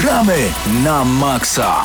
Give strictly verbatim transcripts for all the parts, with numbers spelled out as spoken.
Gramy na maksa.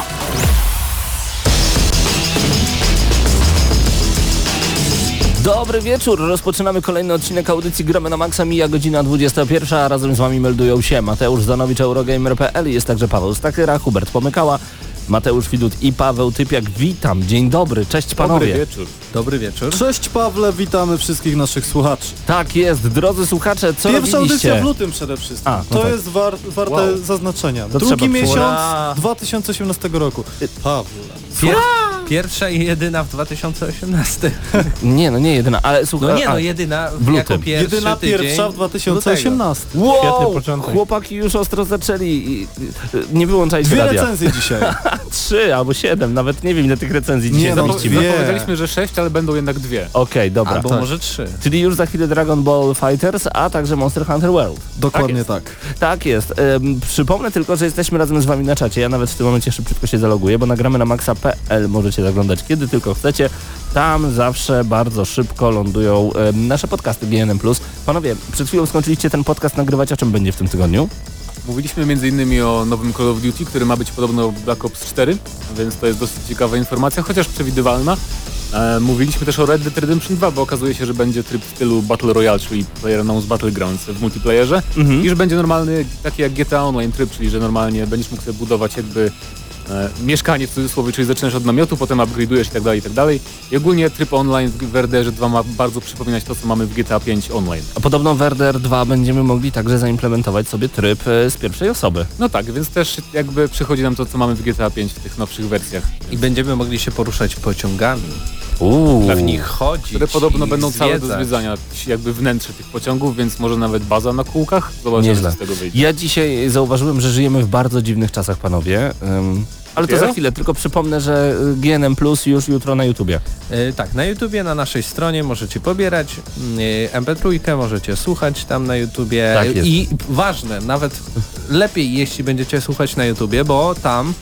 Dobry wieczór, rozpoczynamy kolejny odcinek audycji Gramy na Maxa, mija godzina dwudziesta pierwsza, a razem z wami meldują się Mateusz Zanowicz, Eurogamer kropka pe el, jest także Paweł Stachyra, Hubert Pomykała, Mateusz Widut i Paweł Typiak. Witam, dzień dobry, cześć panowie. Dobry wieczór. Dobry wieczór. Cześć Pawle, witamy wszystkich naszych słuchaczy. Tak jest, drodzy słuchacze, co Pierwsza robiliście? audycja w lutym przede wszystkim. A, no to tak. jest war, warte Wow. zaznaczenia. To Drugi trzeba miesiąc Ura. dwa tysiące osiemnastego roku. Pawle. Pier pierwsza i jedyna w dwa tysiące osiemnastym. Nie, no nie jedyna, ale słuchaj... No nie, a, no jedyna w jako lutym. pierwszy Jedyna tydzień pierwsza w dwa tysiące osiemnastym. Wow, Świetny początek. chłopaki już ostro zaczęli i, i, nie wyłączajcie Dwie radia. recenzje dzisiaj. Trzy albo siedem, nawet nie wiem ile tych recenzji dzisiaj Nie, no, zamieścimy. dwie. Zapowiedzieliśmy, że sześć, ale będą jednak dwie. Okej, dobra. Albo Tak. może trzy. Czyli już za chwilę Dragon Ball Fighters, a także Monster Hunter World. Dokładnie tak. tak. Tak jest. Ym, przypomnę tylko, że jesteśmy razem z wami na czacie. Ja nawet w tym momencie szybciutko się zaloguję, bo nagramy na maxa kropka pe el. Możecie zaglądać kiedy tylko chcecie. Tam zawsze bardzo szybko lądują ym, nasze podcasty G N M plus. Panowie, przed chwilą skończyliście ten podcast nagrywać. O czym będzie w tym tygodniu? Mówiliśmy między innymi o nowym Call of Duty, który ma być podobno Black Ops cztery, więc to jest dosyć ciekawa informacja, chociaż przewidywalna. E, mówiliśmy też o Red Dead Redemption dwa, bo okazuje się, że będzie tryb w stylu Battle Royale, czyli PlayerUnknown's Battlegrounds w multiplayerze Mhm. i że będzie normalny, taki jak G T A Online tryb, czyli że normalnie będziesz mógł sobie budować jakby e, mieszkanie w cudzysłowie, czyli zaczynasz od namiotu, potem upgrade'ujesz i tak dalej, i tak dalej. I ogólnie tryb online w R D R dwa ma bardzo przypominać to, co mamy w G T A pięć Online. A podobno w R D R dwa będziemy mogli także zaimplementować sobie tryb e, z pierwszej osoby. No tak, więc też jakby przychodzi nam to, co mamy w G T A pięć w tych nowszych wersjach. I będziemy mogli się poruszać pociągami. Uuu. W nich chodzić. Które podobno i będą całe do zwiedzać. zwiedzania, jakby wnętrze tych pociągów, więc może nawet baza na kółkach. Zobaczymy, Nieźle. co z tego wyjdzie. Ja dzisiaj zauważyłem, że żyjemy w bardzo dziwnych czasach, panowie. Ym, ale to Dopiero? za chwilę, tylko przypomnę, że G N M plus już jutro na YouTubie. E, tak, na YouTubie, na naszej stronie możecie pobierać e, em pe trzy, możecie słuchać tam na YouTubie. Tak jest. I ważne, nawet lepiej jeśli będziecie słuchać na YouTubie, bo tam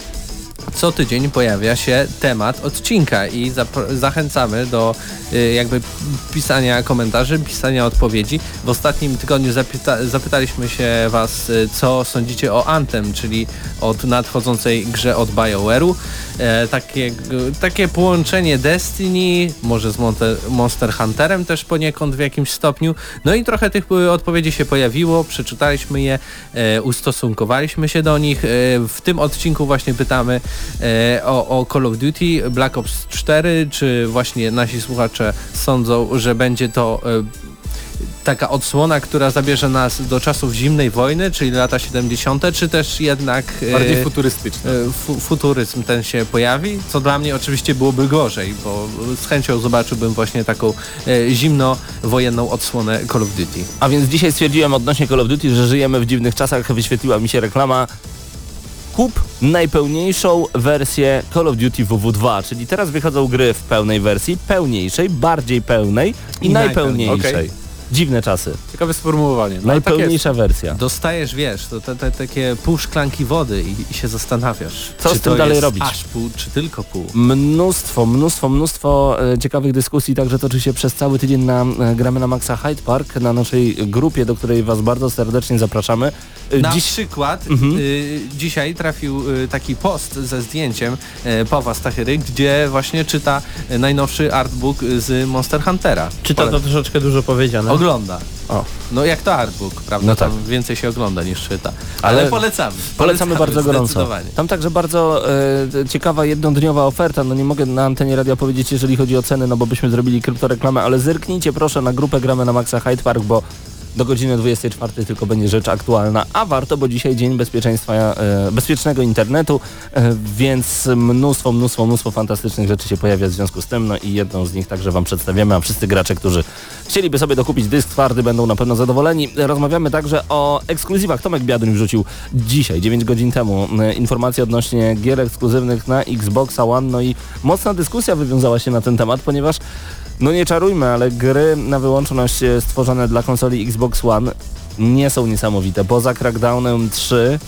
co tydzień pojawia się temat odcinka i zachęcamy do y, jakby pisania komentarzy, pisania odpowiedzi. W ostatnim tygodniu zapyta zapytaliśmy się was, y, co sądzicie o Anthem, czyli od nadchodzącej grze od BioWare'u. E, takie, takie połączenie Destiny, może z Monte Monster Hunterem też poniekąd w jakimś stopniu. No i trochę tych y, odpowiedzi się pojawiło, przeczytaliśmy je, e, ustosunkowaliśmy się do nich. E, w tym odcinku właśnie pytamy E, o, o Call of Duty Black Ops cztery, czy właśnie nasi słuchacze sądzą, że będzie to e, taka odsłona, która zabierze nas do czasów zimnej wojny, czyli lata siedemdziesiąte, czy też jednak e, Bardziej futurystyczne. e, fu futuryzm ten się pojawi, co dla mnie oczywiście byłoby gorzej, bo z chęcią zobaczyłbym właśnie taką e, zimnowojenną odsłonę Call of Duty. A więc dzisiaj stwierdziłem odnośnie Call of Duty, że żyjemy w dziwnych czasach. Wyświetliła mi się reklama. Kup najpełniejszą wersję Call of Duty W W dwa, czyli teraz wychodzą gry w pełnej wersji, pełniejszej, bardziej pełnej i, I najpełniejszej. Okay. Dziwne czasy. Ciekawe sformułowanie. No, Najpełniejsza wersja. Dostajesz, wiesz, to te, te, takie pół szklanki wody i, i się zastanawiasz, Co czy z tym to dalej jest robić? aż pół, czy tylko pół. Mnóstwo, mnóstwo, mnóstwo e, ciekawych dyskusji także toczy się przez cały tydzień na e, Gramy na Maxa Hyde Park, na naszej grupie, do której was bardzo serdecznie zapraszamy. E, Na dziś... przykład Mhm. y, dzisiaj trafił y, taki post ze zdjęciem y, Pawła Stachyry, gdzie właśnie czyta y, najnowszy artbook z Monster Huntera. Czyta to troszeczkę dużo powiedziane. Ogląda. O. No jak to artbook, prawda? No tak. Tam więcej się ogląda niż czyta. Ale, Ale polecamy. Polecamy bardzo gorąco. zdecydowanie. Tam także bardzo e, ciekawa jednodniowa oferta. No nie mogę na antenie radia powiedzieć, jeżeli chodzi o ceny, no bo byśmy zrobili kryptoreklamę, ale zerknijcie proszę na grupę Gramy na Maxa Hyde Park, bo do godziny dwudziestej czwartej tylko będzie rzecz aktualna, a warto, bo dzisiaj dzień bezpieczeństwa, e, bezpiecznego internetu, e, więc mnóstwo, mnóstwo, mnóstwo fantastycznych rzeczy się pojawia w związku z tym, no i jedną z nich także wam przedstawiamy, a wszyscy gracze, którzy chcieliby sobie dokupić dysk twardy, będą na pewno zadowoleni. Rozmawiamy także o ekskluzywach. Tomek Biaduń wrzucił dzisiaj, dziewięć godzin temu, e, informacje odnośnie gier ekskluzywnych na Xboxa One, no i mocna dyskusja wywiązała się na ten temat, ponieważ no nie czarujmy, ale gry na wyłączność stworzone dla konsoli Xbox One nie są niesamowite. Poza Crackdownem trzy...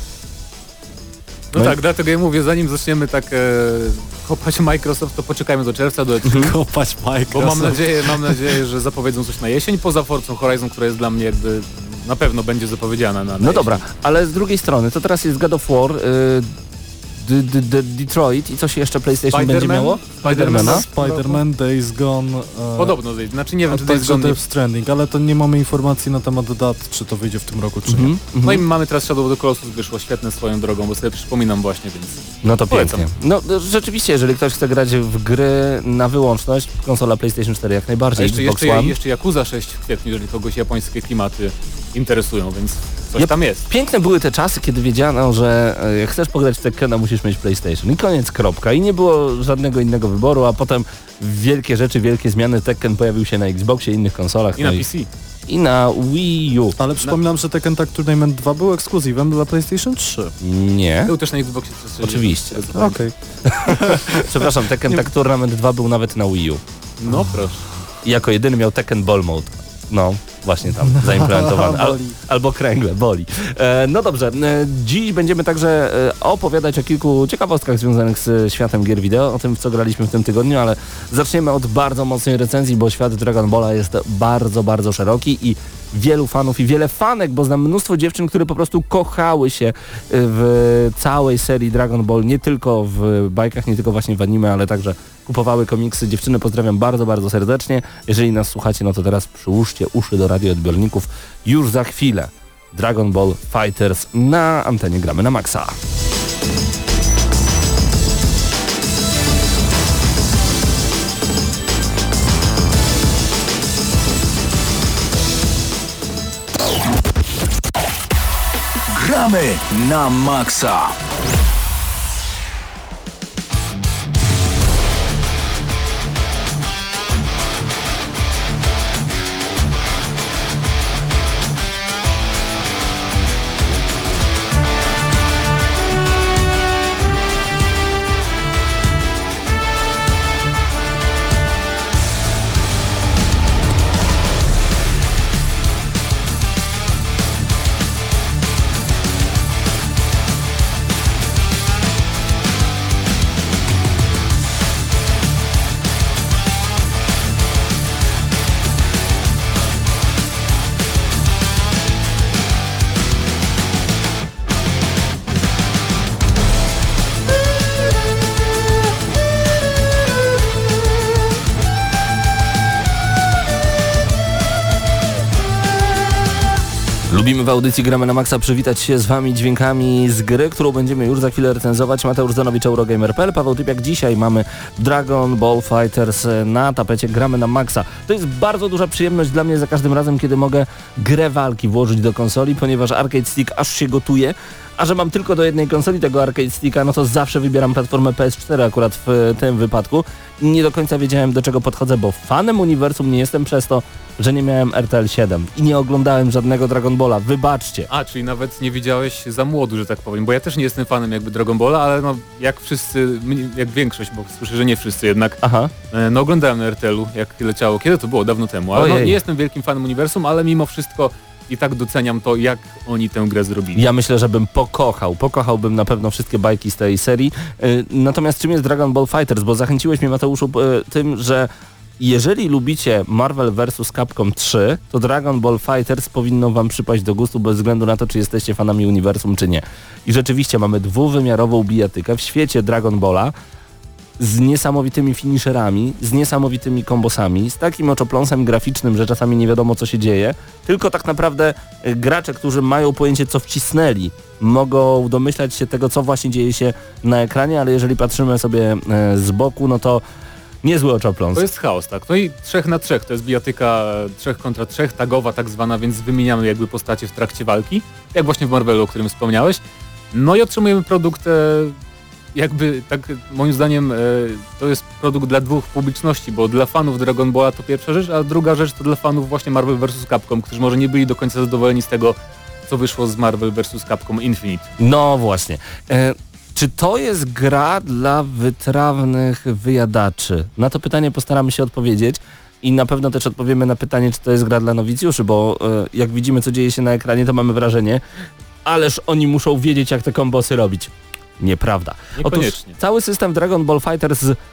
No, No tak, i... dlatego ja mówię, zanim zaczniemy tak e, kopać Microsoft, to poczekajmy do czerwca, do E trzy. Kopać Microsoft. Bo mam nadzieję, mam nadzieję, że zapowiedzą coś na jesień, poza Forza Horizon, która jest dla mnie jakby na pewno będzie zapowiedziana na... na No dobra, ale z drugiej strony, to teraz jest God of War, y, D- D- D- Detroit i co się jeszcze PlayStation Spider-Man? będzie miało? Spider-Mana? Spider-Man, Days Gone... E, Podobno, znaczy nie wiem, a czy to jest także zgodnie. Death Stranding, ale to nie mamy informacji na temat dat, czy to wyjdzie w tym roku, czy Mhm, nie. mhm. No i mamy teraz Shadow of the Colossus, wyszło świetne swoją drogą, bo sobie przypominam właśnie, więc... No to Polecam. pięknie. No rzeczywiście, jeżeli ktoś chce grać w gry na wyłączność, konsola PlayStation cztery jak A najbardziej, jeszcze, Xbox jeszcze, One. jeszcze Yakuza sześć w kwietniu, jeżeli kogoś japońskie klimaty interesują, więc coś Ja- tam jest. Piękne były te czasy, kiedy wiedziano, że e, jak chcesz pograć w Tekkena, musisz mieć PlayStation. I koniec, kropka. I nie było żadnego innego wyboru, a potem wielkie rzeczy, wielkie zmiany. Tekken pojawił się na Xboxie i innych konsolach. I no na P C. I na Wii U. Ale przypominam, że Tekken Tag Tournament dwa był ekskluzywem dla PlayStation trzy. Nie. Był też na Xboxie trzysta sześćdziesiąt. Oczywiście. Okej. Przepraszam, Tekken Tag Tournament dwa był nawet na Wii U. No proszę. I jako jedyny miał Tekken Ball Mode. No, właśnie tam zaimplementowany. Al, Boli. albo kręgle, boli. E, no dobrze, e, dziś będziemy także e, opowiadać o kilku ciekawostkach związanych z światem gier wideo, o tym, w co graliśmy w tym tygodniu, ale zaczniemy od bardzo mocnej recenzji, bo świat Dragon Balla jest bardzo, bardzo szeroki i wielu fanów i wiele fanek, bo znam mnóstwo dziewczyn, które po prostu kochały się w całej serii Dragon Ball, nie tylko w bajkach, nie tylko właśnie w anime, ale także kupowały komiksy. Dziewczyny pozdrawiam bardzo, bardzo serdecznie. Jeżeli nas słuchacie, no to teraz przyłóżcie uszy do radioodbiorników. Już za chwilę Dragon Ball Fighters na antenie Gramy na Maxa. Gramy na Maxa. Lubimy w audycji Gramy na Maxa przywitać się z Wami dźwiękami z gry, którą będziemy już za chwilę recenzować. Mateusz Zanowicz, Eurogamer kropka p l, Paweł Typiak. Dzisiaj mamy Dragon Ball Fighters na tapecie Gramy na Maxa. To jest bardzo duża przyjemność dla mnie za każdym razem, kiedy mogę grę walki włożyć do konsoli, ponieważ Arcade Stick aż się gotuje. A że mam tylko do jednej konsoli tego Arcade Sticka, no to zawsze wybieram platformę P S cztery akurat w tym wypadku. Nie do końca wiedziałem, do czego podchodzę, bo fanem uniwersum nie jestem przez to, że nie miałem R T L siedem i nie oglądałem żadnego Dragon Balla. Wybaczcie. A, czyli nawet nie widziałeś za młodu, że tak powiem, bo ja też nie jestem fanem jakby Dragon Balla, ale no jak wszyscy, jak większość, bo słyszę, że nie wszyscy jednak, Aha. e, no oglądałem na R T L-u, jak leciało. Kiedy to było? Dawno temu. Ale no, Ojej. nie jestem wielkim fanem uniwersum, ale mimo wszystko i tak doceniam to, jak oni tę grę zrobili. Ja myślę, że bym pokochał. Pokochałbym na pewno wszystkie bajki z tej serii. Yy, natomiast czym jest Dragon Ball Fighters? Bo zachęciłeś mnie, Mateuszu, yy, tym, że jeżeli lubicie Marvel versus. Capcom trzy, to Dragon Ball Fighters powinno wam przypaść do gustu bez względu na to, czy jesteście fanami uniwersum, czy nie. I rzeczywiście mamy dwuwymiarową bijatykę w świecie Dragon Balla z niesamowitymi finisherami, z niesamowitymi kombosami, z takim oczopląsem graficznym, że czasami nie wiadomo, co się dzieje. Tylko tak naprawdę y, gracze, którzy mają pojęcie, co wcisnęli, mogą domyślać się tego, co właśnie dzieje się na ekranie, ale jeżeli patrzymy sobie y, z boku, no to niezły oczopląs. To jest chaos, tak. No i trzech na trzech, to jest bijatyka trzech kontra trzech, tagowa tak zwana, więc wymieniamy jakby postacie w trakcie walki, jak właśnie w Marvelu, o którym wspomniałeś. No i otrzymujemy produkt e, jakby tak moim zdaniem e, to jest produkt dla dwóch publiczności, bo dla fanów Dragon Balla to pierwsza rzecz, a druga rzecz to dla fanów właśnie Marvel versus. Capcom, którzy może nie byli do końca zadowoleni z tego, co wyszło z Marvel versus. Capcom Infinite. No właśnie. E, czy to jest gra dla wytrawnych wyjadaczy? Na to pytanie postaramy się odpowiedzieć. I na pewno też odpowiemy na pytanie, czy to jest gra dla nowicjuszy, bo e, jak widzimy, co dzieje się na ekranie, to mamy wrażenie, ależ oni muszą wiedzieć, jak te kombosy robić. Nieprawda. Otóż Niekoniecznie. cały system Dragon Ball Fighters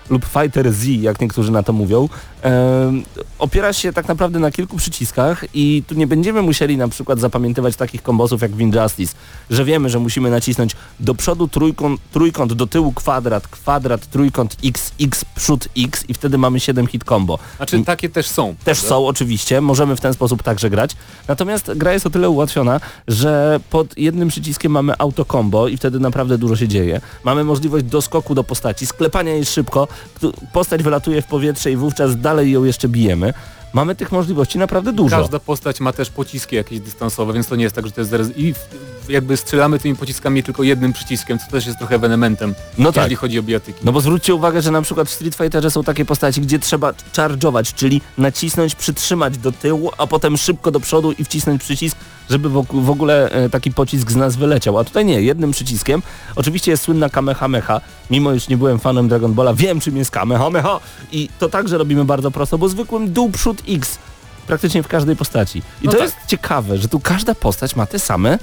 lub Fighter Z, jak niektórzy na to mówią, e, opiera się tak naprawdę na kilku przyciskach i tu nie będziemy musieli na przykład zapamiętywać takich kombosów jak w Injustice, że wiemy, że musimy nacisnąć do przodu trójkąt, trójkąt do tyłu kwadrat, kwadrat, trójkąt X, X, przód X i wtedy mamy siedem hit combo. Znaczy takie też są. Też prawda? są oczywiście, możemy w ten sposób także grać. Natomiast gra jest o tyle ułatwiona, że pod jednym przyciskiem mamy auto combo i wtedy naprawdę dużo się dzieje. Mamy możliwość doskoku do postaci, sklepania jej szybko, postać wylatuje w powietrze i wówczas dalej ją jeszcze bijemy. Mamy tych możliwości naprawdę dużo. Każda postać ma też pociski jakieś dystansowe, więc to nie jest tak, że to jest zaraz... I jakby strzelamy tymi pociskami tylko jednym przyciskiem, co też jest trochę ewenementem, no tak. jeżeli chodzi o bijatyki. No bo zwróćcie uwagę, że na przykład w Street Fighterze są takie postaci, gdzie trzeba charge'ować, czyli nacisnąć, przytrzymać do tyłu, a potem szybko do przodu i wcisnąć przycisk, żeby w ogóle taki pocisk z nas wyleciał. A tutaj nie, jednym przyciskiem. Oczywiście jest słynna Kamehameha, mimo już nie byłem fanem Dragon Balla, wiem czym jest Kamehameha i to także robimy bardzo prosto, bo zwykłym dół przód X praktycznie w każdej postaci. I no to tak. jest ciekawe, że tu każda postać ma te same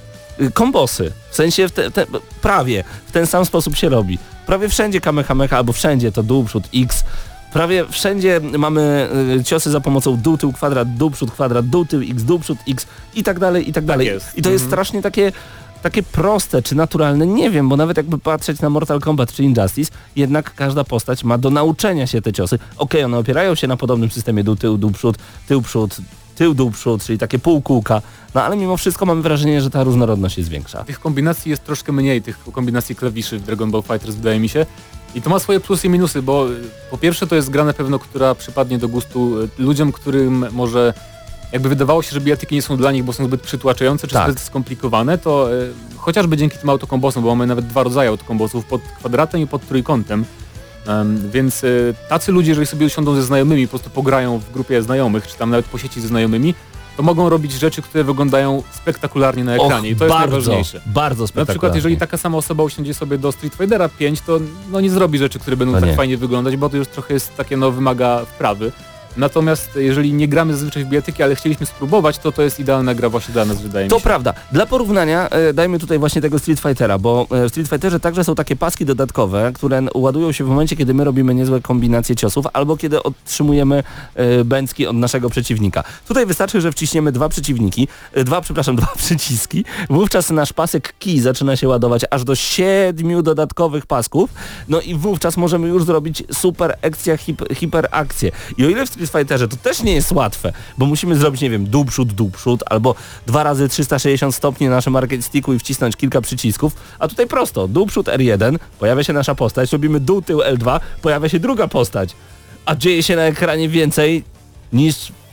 kombosy. W sensie w te, te, prawie w ten sam sposób się robi. Prawie wszędzie Kamehameha, albo wszędzie to dół przód X. Prawie wszędzie mamy y, ciosy za pomocą dół, tył, kwadrat, dół, przód, kwadrat, dół, tył, X, dół, przód, X i tak dalej, i tak dalej. jest. I to jest Mhm. strasznie takie takie proste czy naturalne, nie wiem, bo nawet jakby patrzeć na Mortal Kombat czy Injustice, jednak każda postać ma do nauczenia się te ciosy. Okej, okay, one opierają się na podobnym systemie dół, tył, dół, przód, tył, przód, tył, dół, przód, czyli takie półkółka, no ale mimo wszystko mamy wrażenie, że ta różnorodność jest większa. Tych kombinacji jest troszkę mniej, tych kombinacji klawiszy w Dragon Ball FighterZ wydaje mi się. I to ma swoje plusy i minusy, bo po pierwsze to jest gra na pewno, która przypadnie do gustu ludziom, którym może jakby wydawało się, że bijatyki nie są dla nich, bo są zbyt przytłaczające czy tak. zbyt skomplikowane, to y, chociażby dzięki tym autokombosom, bo mamy nawet dwa rodzaje autokombosów, pod kwadratem i pod trójkątem, um, więc y, tacy ludzie, jeżeli sobie usiądą ze znajomymi, po prostu pograją w grupie znajomych, czy tam nawet po sieci ze znajomymi, to mogą robić rzeczy, które wyglądają spektakularnie na ekranie. Och, I to jest bardzo, najważniejsze. Bardzo Na spektakularnie. przykład jeżeli taka sama osoba usiądzie sobie do Street Fightera pięć, to no nie zrobi rzeczy, które będą No tak nie. fajnie wyglądać, bo to już trochę jest takie, no wymaga wprawy. Natomiast jeżeli nie gramy zazwyczaj w bijatyki, ale chcieliśmy spróbować, to to jest idealna gra właśnie dla nas, wydaje mi To się. prawda. Dla porównania e, dajmy tutaj właśnie tego Street Fightera, bo e, w Street Fighterze także są takie paski dodatkowe, które ładują się w momencie, kiedy my robimy niezłe kombinacje ciosów, albo kiedy otrzymujemy e, bęcki od naszego przeciwnika. Tutaj wystarczy, że wciśniemy dwa przeciwniki, e, dwa, przepraszam, dwa przyciski, wówczas nasz pasek key zaczyna się ładować aż do siedmiu dodatkowych pasków, no i wówczas możemy już zrobić super akcja, hip, hiperakcję. I o ile w Street Fighterze to też nie jest łatwe, bo musimy zrobić, nie wiem, dół przód, dół przód, albo dwa razy trzysta sześćdziesiąt stopni na naszym arcade sticku i wcisnąć kilka przycisków, a tutaj prosto, dół przód R jeden, pojawia się nasza postać, robimy dół tył L dwa, pojawia się druga postać, a dzieje się na ekranie więcej niż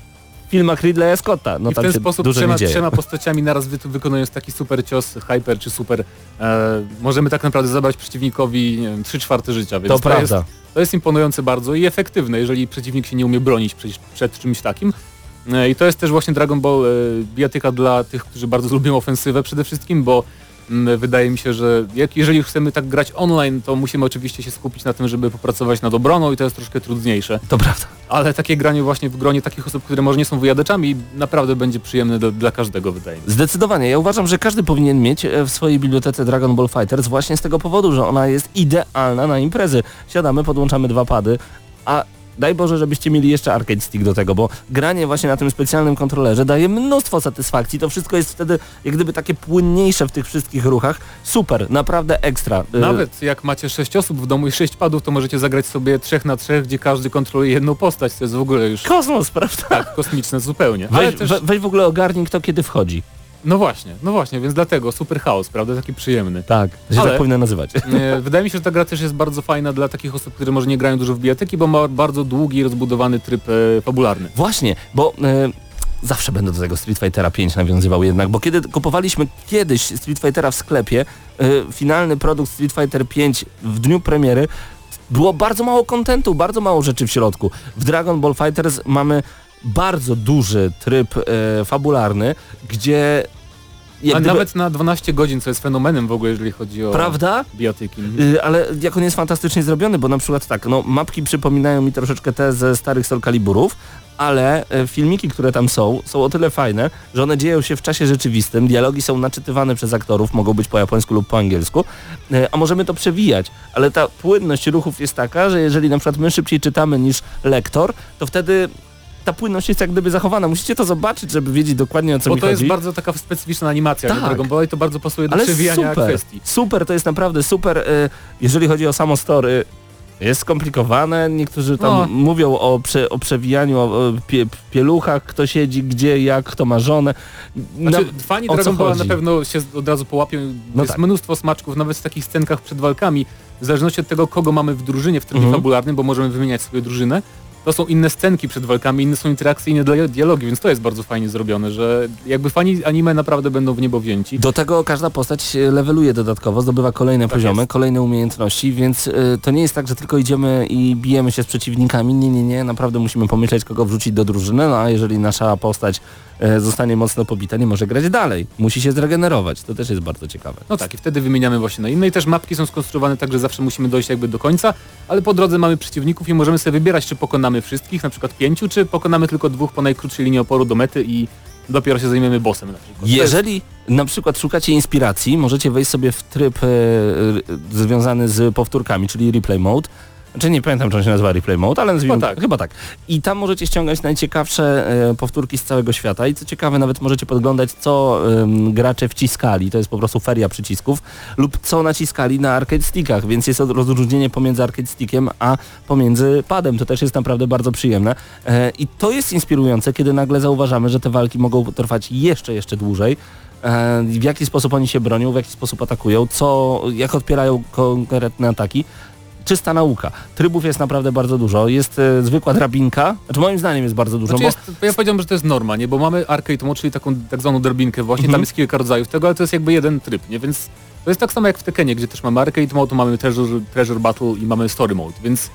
w filmach Ridleya Scotta. No I w tam ten się sposób dużo trzema, nie dzieje. trzema postaciami naraz wy, wykonując taki super cios, hyper czy super, e, możemy tak naprawdę zabrać przeciwnikowi nie wiem, trzy czwarte życia, więc To to, prawda. jest, to jest imponujące bardzo i efektywne, jeżeli przeciwnik się nie umie bronić przed, przed czymś takim. E, I to jest też właśnie Dragon Ball e, bijatyka dla tych, którzy bardzo lubią ofensywę przede wszystkim, bo m, wydaje mi się, że jak, jeżeli chcemy tak grać online, to musimy oczywiście się skupić na tym, żeby popracować nad obroną i to jest troszkę trudniejsze. To prawda. Ale takie granie właśnie w gronie takich osób, które może nie są wyjadaczami, naprawdę będzie przyjemne do, dla każdego, wydaje mi się. Zdecydowanie. Ja uważam, że każdy powinien mieć w swojej bibliotece Dragon Ball FighterZ właśnie z tego powodu, że ona jest idealna na imprezy. Siadamy, podłączamy dwa pady, a daj Boże, żebyście mieli jeszcze arcade stick do tego, bo granie właśnie na tym specjalnym kontrolerze daje mnóstwo satysfakcji. To wszystko jest wtedy jak gdyby takie płynniejsze w tych wszystkich ruchach. Super, naprawdę ekstra. Nawet jak macie sześć osób w domu i sześć padów, to możecie zagrać sobie trzech na trzech, gdzie każdy kontroluje jedną postać. To jest w ogóle już Kosmos, prawda? tak kosmiczne zupełnie. Ale Weź, też, we, weź w ogóle ogarnij, kto kiedy wchodzi. no właśnie, no właśnie, więc dlatego super chaos, prawda? Taki przyjemny. Tak. Że Ale- tak powinno nazywać. E, Wydaje mi się, że ta gra też jest bardzo fajna dla takich osób, które może nie grają dużo w bijatyki, bo ma bardzo długi, rozbudowany tryb e, fabularny. Właśnie, bo e, zawsze będę do tego Street Fightera pięć nawiązywał jednak, bo kiedy kupowaliśmy kiedyś Street Fightera w sklepie, e, finalny produkt Street Fighter pięć w dniu premiery, było bardzo mało kontentu, bardzo mało rzeczy w środku. W Dragon Ball FighterZ mamy bardzo duży tryb e, fabularny, gdzie Jak A gdyby, nawet na dwanaście godzin, co jest fenomenem w ogóle, jeżeli chodzi o prawda? bijatyki. Y, ale jak on jest fantastycznie zrobiony, bo na przykład tak, no mapki przypominają mi troszeczkę te ze starych Soul Caliburów, ale e, filmiki, które tam są, są o tyle fajne, że one dzieją się w czasie rzeczywistym, dialogi są naczytywane przez aktorów, mogą być po japońsku lub po angielsku, e, a możemy to przewijać, ale ta płynność ruchów jest taka, że jeżeli na przykład my szybciej czytamy niż lektor, to wtedy ta płynność jest jak gdyby zachowana. Musicie to zobaczyć, żeby wiedzieć dokładnie, o co Bo mi to chodzi. jest bardzo taka specyficzna animacja Tak. Dragon Ball i to bardzo pasuje do Ale przewijania super, kwestii. super, to jest naprawdę super. e, Jeżeli chodzi o samo story, jest skomplikowane, niektórzy tam No. mówią o, prze, o przewijaniu, o pie, pieluchach, kto siedzi, gdzie, jak, kto ma żonę. Znaczy, Na- fani o co Dragon Balla chodzi? na pewno się od razu połapią. No Jest tak. mnóstwo smaczków, nawet w takich scenkach przed walkami, w zależności od tego, kogo mamy w drużynie, w trybie Mhm. fabularnym, bo możemy wymieniać sobie drużynę. To są inne scenki przed walkami, inne są interakcje, inne dia- dialogi, więc to jest bardzo fajnie zrobione, że jakby fani anime naprawdę będą w niebo wzięci. Do tego każda postać e, leveluje dodatkowo, zdobywa kolejne Tak poziomy, jest. kolejne umiejętności, więc y, to nie jest tak, że tylko idziemy i bijemy się z przeciwnikami. Nie, nie, nie, naprawdę musimy pomyśleć, kogo wrzucić do drużyny, no a jeżeli nasza postać e, zostanie mocno pobita, nie może grać dalej. Musi się zregenerować, to też jest bardzo ciekawe. No tak, i wtedy wymieniamy właśnie na inne. I też mapki są skonstruowane tak, że zawsze musimy dojść jakby do końca, ale po drodze mamy przeciwników i możemy sobie wybierać, czy pokonamy wszystkich, na przykład pięciu, czy pokonamy tylko dwóch po najkrótszej linii oporu do mety i dopiero się zajmiemy bossem na przykład. To jest- Jeżeli na przykład szukacie inspiracji, możecie wejść sobie w tryb e, e, związany z powtórkami, czyli replay mode. Znaczy nie pamiętam, czy on się nazywa replay mode, ale nazwijmy Chyba tak. chyba tak. I tam możecie ściągać najciekawsze e, powtórki z całego świata i co ciekawe, nawet możecie podglądać, co em, gracze wciskali, to jest po prostu feria przycisków, lub co naciskali na arcade stickach, więc jest rozróżnienie pomiędzy arcade stickiem a pomiędzy padem. To też jest naprawdę bardzo przyjemne. E, I to jest inspirujące, kiedy nagle zauważamy, że te walki mogą trwać jeszcze, jeszcze dłużej. E, w jaki sposób oni się bronią, w jaki sposób atakują, co, jak odpierają konkretne ataki. Czysta nauka. Trybów jest naprawdę bardzo dużo. Jest e, zwykła drabinka, znaczy moim zdaniem jest bardzo dużo, Znaczy bo jest, ja powiedziałbym, że to jest norma, nie? Bo mamy arcade mode, czyli taką tak zwaną drabinkę właśnie, Mhm. tam jest kilka rodzajów tego, ale to jest jakby jeden tryb, nie? Więc to jest tak samo jak w Tekkenie, gdzie też mamy arcade mode, mamy treasure, treasure battle i mamy story mode, więc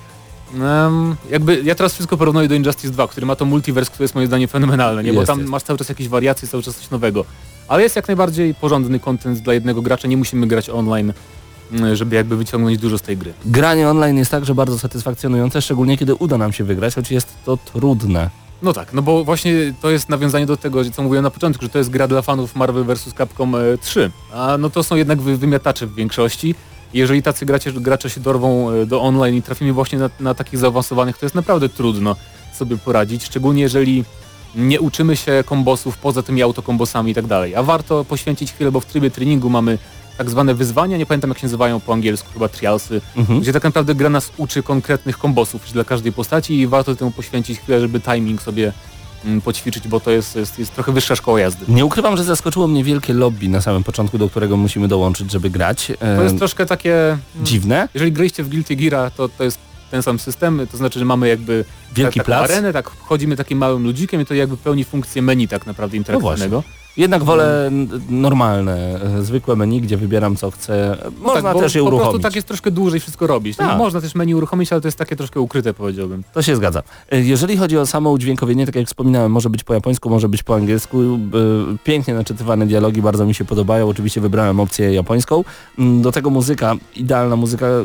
um, jakby ja teraz wszystko porównuję do Injustice dwa, który ma to multiverse, które jest moim zdaniem fenomenalne, nie? Bo Jest, tam jest. masz cały czas jakieś wariacje, cały czas coś nowego. Ale jest jak najbardziej porządny content dla jednego gracza, nie musimy grać online, mm, żeby jakby wyciągnąć dużo z tej gry. granie online jest także bardzo satysfakcjonujące, szczególnie kiedy uda nam się wygrać, choć jest to trudne. No tak, no bo właśnie to jest nawiązanie do tego, co mówiłem na początku, że to jest gra dla fanów Marvel versus. Capcom e, trzy, a no to są jednak wy, wymiatacze w większości. Jeżeli tacy gracze, gracze się dorwą e, do online i trafimy właśnie na, na takich zaawansowanych, to jest naprawdę trudno sobie poradzić, szczególnie jeżeli nie uczymy się kombosów poza tymi autokombosami i tak dalej. A warto poświęcić chwilę, bo w trybie treningu mamy tak zwane wyzwania, nie pamiętam jak się nazywają po angielsku, chyba trialsy, Mhm. gdzie tak naprawdę gra nas uczy konkretnych kombosów dla każdej postaci i warto temu poświęcić chwilę, żeby timing sobie mm, poćwiczyć, bo to jest, jest, jest trochę wyższa szkoła jazdy. Nie ukrywam, że zaskoczyło mnie wielkie lobby na samym początku, do którego musimy dołączyć, żeby grać. E, To jest troszkę takie... mm, dziwne. Jeżeli graliście w Guilty Geara, to to jest ten sam system, to znaczy, że mamy jakby Wielki taką plac. arenę, tak chodzimy takim małym ludzikiem i to jakby pełni funkcję menu tak naprawdę interaktywnego. Jednak wolę n- normalne, e, zwykłe menu, gdzie wybieram co chcę. Można tak, bo też je po uruchomić. prostu tak jest troszkę dłużej wszystko robić. No, Tak. można też menu uruchomić, ale to jest takie troszkę ukryte, powiedziałbym. To się zgadza. E, Jeżeli chodzi o samo udźwiękowienie, tak jak wspominałem, może być po japońsku, może być po angielsku. E, Pięknie naczytywane dialogi, bardzo mi się podobają. Oczywiście wybrałem opcję japońską. Mm, Do tego muzyka, idealna muzyka e,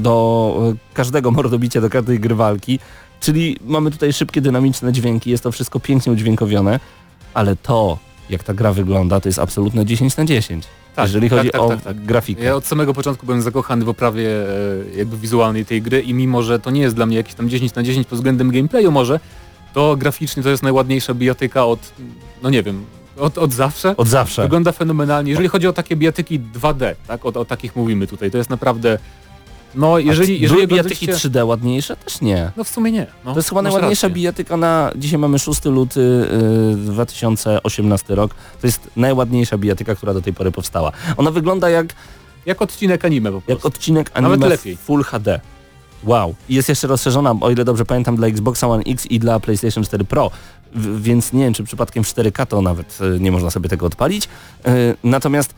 do e, każdego mordobicia, do każdej gry walki. Czyli mamy tutaj szybkie, dynamiczne dźwięki, jest to wszystko pięknie udźwiękowione, ale to, jak ta gra wygląda, to jest absolutne dziesięć na dziesięć. Tak, jeżeli tak, chodzi tak, o tak, tak. grafikę. Ja od samego początku byłem zakochany w oprawie e, jakby wizualnej tej gry i mimo, że to nie jest dla mnie jakieś tam dziesięć na dziesięć pod względem gameplayu może, to graficznie to jest najładniejsza bijatyka od, no nie wiem, od, od zawsze. Od zawsze. Wygląda fenomenalnie. Jeżeli chodzi o takie bijatyki dwa D, tak, o, o takich mówimy tutaj, to jest naprawdę, no jeżeli, Były jeżeli bijatyki oglądaliście- trzy D ładniejsze? Też nie. No w sumie nie. No, To jest chyba masz najładniejsza rację. bijatyka na... Dzisiaj mamy szósty luty yy, dwa tysiące osiemnasty rok. To jest najładniejsza bijatyka, która do tej pory powstała. Ona wygląda jak, Jak odcinek anime po prostu. jak odcinek Nawet anime lepiej. w Full H D. Wow. I jest jeszcze rozszerzona, o ile dobrze pamiętam, dla Xboxa One X i dla PlayStation cztery Pro. W, więc nie wiem, czy przypadkiem w cztery K to nawet y, nie można sobie tego odpalić. Y, natomiast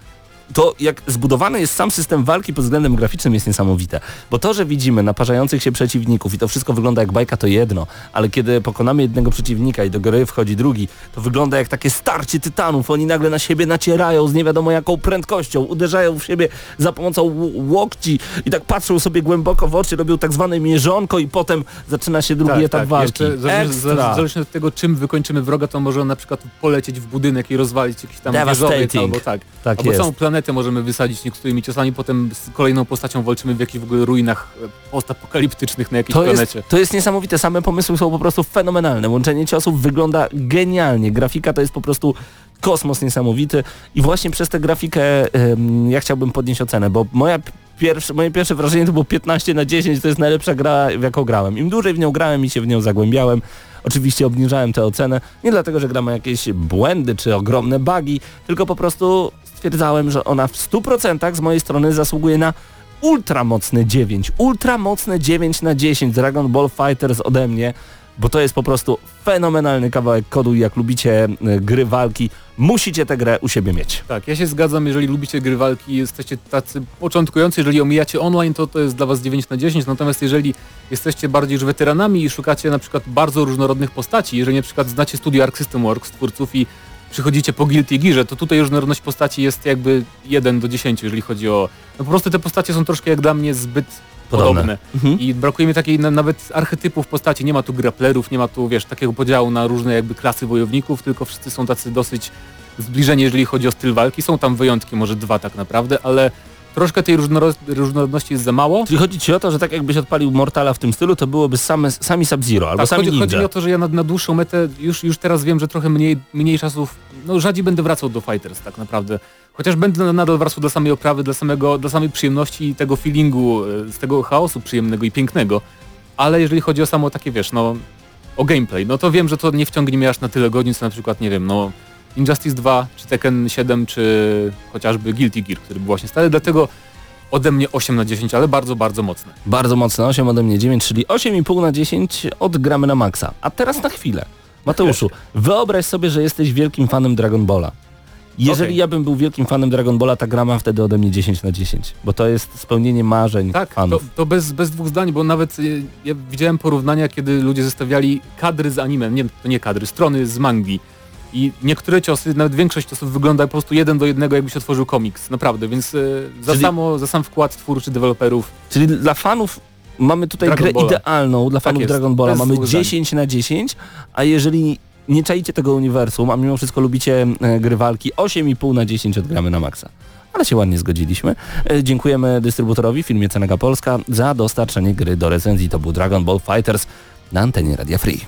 to jak zbudowany jest sam system walki pod względem graficznym jest niesamowite. Bo to, że widzimy naparzających się przeciwników i to wszystko wygląda jak bajka, to jedno, ale kiedy pokonamy jednego przeciwnika i do gry wchodzi drugi, to wygląda jak takie starcie tytanów. Oni nagle na siebie nacierają z nie wiadomo jaką prędkością, uderzają w siebie za pomocą łokci i tak patrzą sobie głęboko w oczy, robią tak zwane mierzonko i potem zaczyna się drugi tak, etap tak. walki. Jeszcze, zależnie, Ekstra. zależnie od tego, czym wykończymy wroga, to może on na przykład polecieć w budynek i rozwalić jakiś tam Devastating. wieżowiec, albo tak. Tak albo jest. całą planetę możemy wysadzić niektórymi ciosami, potem z kolejną postacią walczymy w jakichś w ogóle ruinach postapokaliptycznych na jakiejś To planecie. jest, to jest niesamowite, same pomysły są po prostu fenomenalne. Łączenie ciosów wygląda genialnie. Grafika to jest po prostu kosmos niesamowity i właśnie przez tę grafikę ym, ja chciałbym podnieść ocenę, bo moja pierwsze, moje pierwsze wrażenie to było piętnaście na dziesięć, to jest najlepsza gra, w jaką grałem. Im dłużej w nią grałem i się w nią zagłębiałem, oczywiście obniżałem tę ocenę, nie dlatego, że gra ma jakieś błędy czy ogromne bugi, tylko po prostu stwierdzałem, że ona w stu procentach z mojej strony zasługuje na ultramocne dziewięć. Ultramocne dziewięć na dziesięć Dragon Ball FighterZ ode mnie, bo to jest po prostu fenomenalny kawałek kodu i jak lubicie y, gry walki, musicie tę grę u siebie mieć. Tak, ja się zgadzam, jeżeli lubicie gry walki, jesteście tacy początkujący, jeżeli omijacie online, to to jest dla was dziewięć na dziesięć, natomiast jeżeli jesteście bardziej już weteranami i szukacie na przykład bardzo różnorodnych postaci, jeżeli na przykład znacie studio Arc System Works, twórców i przychodzicie po Guilty Gearze, to tutaj różnorodność postaci jest jakby jeden do dziesięciu, jeżeli chodzi o... No po prostu te postacie są troszkę jak dla mnie zbyt Podobne. podobne. Mhm. I brakuje mi takiej na, nawet archetypów postaci, nie ma tu grapplerów, nie ma tu, wiesz, takiego podziału na różne jakby klasy wojowników, tylko wszyscy są tacy dosyć zbliżeni, jeżeli chodzi o styl walki. Są tam wyjątki, może dwa tak naprawdę, ale troszkę tej różnoro- różnorodności jest za mało. Czyli chodzi ci o to, że tak jakbyś odpalił Mortala w tym stylu, to byłoby same, sami Sub-Zero albo Tak, sami chodzi, Ninja. chodzi mi o to, że ja na, na dłuższą metę już, już teraz wiem, że trochę mniej, mniej czasów, no rzadziej będę wracał do Fighters tak naprawdę. Chociaż będę nadal wracał dla samej oprawy, dla, samego, dla samej przyjemności i tego feelingu, e, z tego chaosu przyjemnego i pięknego. Ale jeżeli chodzi o samo takie, wiesz, no o gameplay, no to wiem, że to nie wciągnie mnie aż na tyle godzin, co na przykład, nie wiem, no Injustice dwa, czy Tekken siedem, czy chociażby Guilty Gear, który był właśnie stary, dlatego ode mnie osiem na dziesięć, ale bardzo, bardzo mocne. Bardzo mocne, osiem ode mnie dziewięć, czyli osiem i pół na dziesięć odgramy na maksa. A teraz na chwilę. Mateuszu, wyobraź sobie, że jesteś wielkim fanem Dragon Balla. Jeżeli Okej. ja bym był wielkim fanem Dragon Balla, ta gra ma wtedy ode mnie dziesięć na dziesięć, bo to jest spełnienie marzeń Tak, to, fanów. to bez, bez dwóch zdań, bo nawet y, ja widziałem porównania, kiedy ludzie zestawiali kadry z anime, nie, to nie kadry, strony z mangi. I niektóre ciosy, nawet większość ciosów wygląda po prostu jeden do jednego, jakbyś otworzył komiks, naprawdę, więc y, za, Czyli- samo, za sam wkład twórczy deweloperów. Czyli dla fanów mamy tutaj Dragon grę Balla. idealną, dla Tak fanów jest, Dragon Balla bez mamy dwóch zdań. dziesięć na dziesięć, a jeżeli nie czaicie tego uniwersum, a mimo wszystko lubicie e, gry walki, osiem i pół na dziesięć odgramy na maksa. Ale się ładnie zgodziliśmy. E, dziękujemy dystrybutorowi, firmie Cenega Polska, za dostarczenie gry do recenzji. To był Dragon Ball Fighters na antenie Radia Free.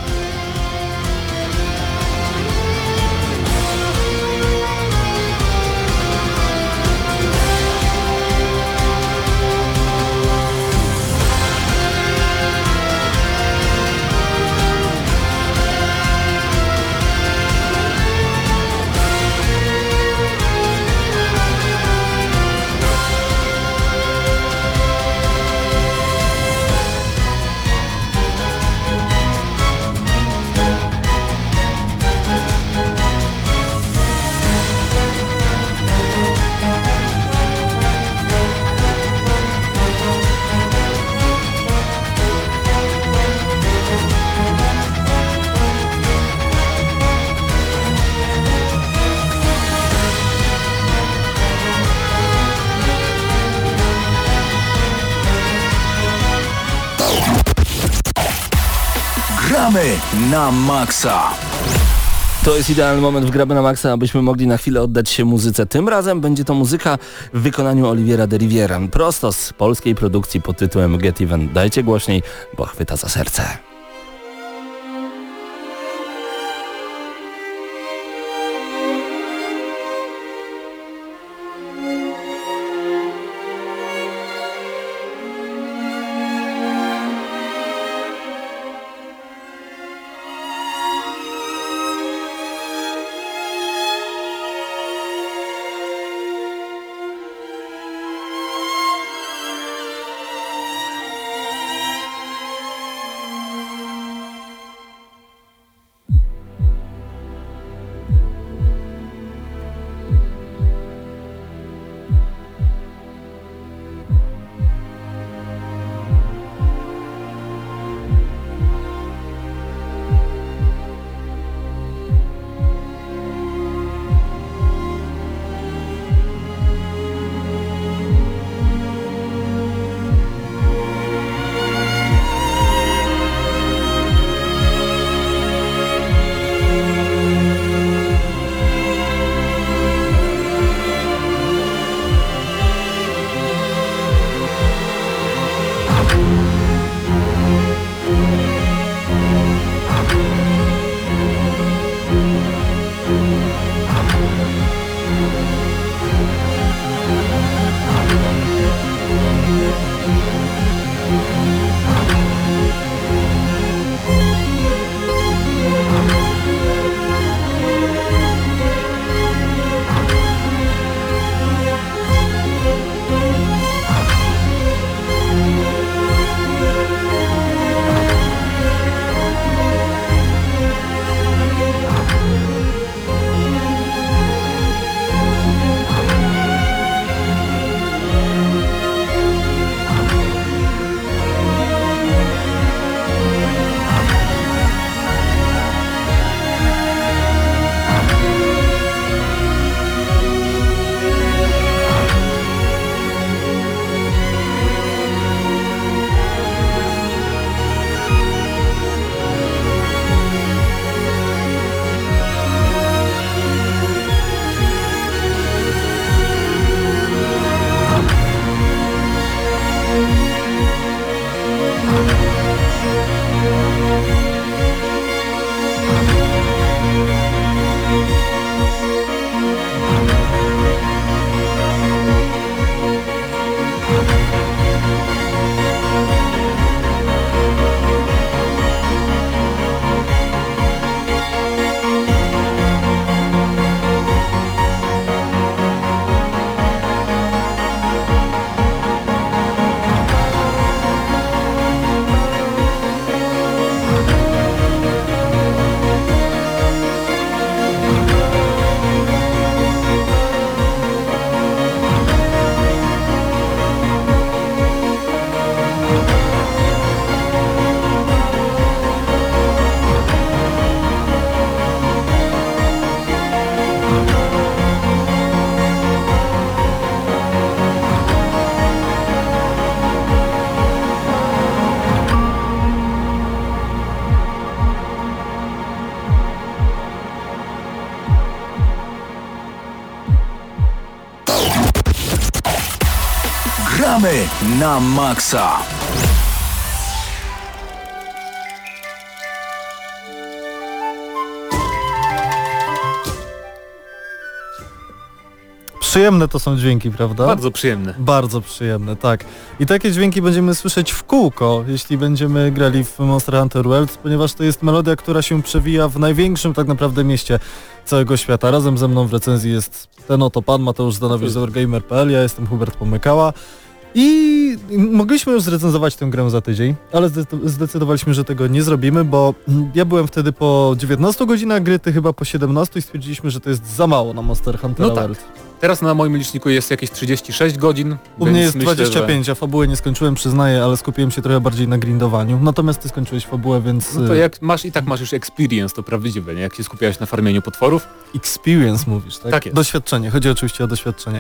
Gramy na maksa. To jest idealny moment w Gramy na maksa, abyśmy mogli na chwilę oddać się muzyce. Tym razem będzie to muzyka w wykonaniu Oliviera de Riviera, prosto z polskiej produkcji pod tytułem Get Even. Dajcie głośniej, bo chwyta za serce. Gramy na maksa. Przyjemne to są dźwięki, prawda? Bardzo przyjemne. Bardzo przyjemne, tak. I takie dźwięki będziemy słyszeć w kółko, jeśli będziemy grali w Monster Hunter World, ponieważ to jest melodia, która się przewija w największym tak naprawdę mieście całego świata. Razem ze mną w recenzji jest ten oto pan Mateusz Zdanowicz z Wargamer kropka p l, ja jestem Hubert Pomykała i mogliśmy już zrecenzować tę grę za tydzień, ale zdecydowaliśmy, że tego nie zrobimy, bo ja byłem wtedy po dziewiętnastu godzinach gry, ty chyba po siedemnastu i stwierdziliśmy, że to jest za mało na Monster Hunter No tak. World. Teraz na moim liczniku jest jakieś trzydzieści sześć godzin. U mnie jest myślę, dwadzieścia pięć, że... a fabułę nie skończyłem, przyznaję, ale skupiłem się trochę bardziej na grindowaniu. Natomiast ty skończyłeś fabułę, więc... No to jak masz i tak masz już experience, to prawdziwe, nie? Jak się skupiałeś na farmieniu potworów. Experience mówisz, tak? Tak jest. Doświadczenie, chodzi oczywiście o doświadczenie.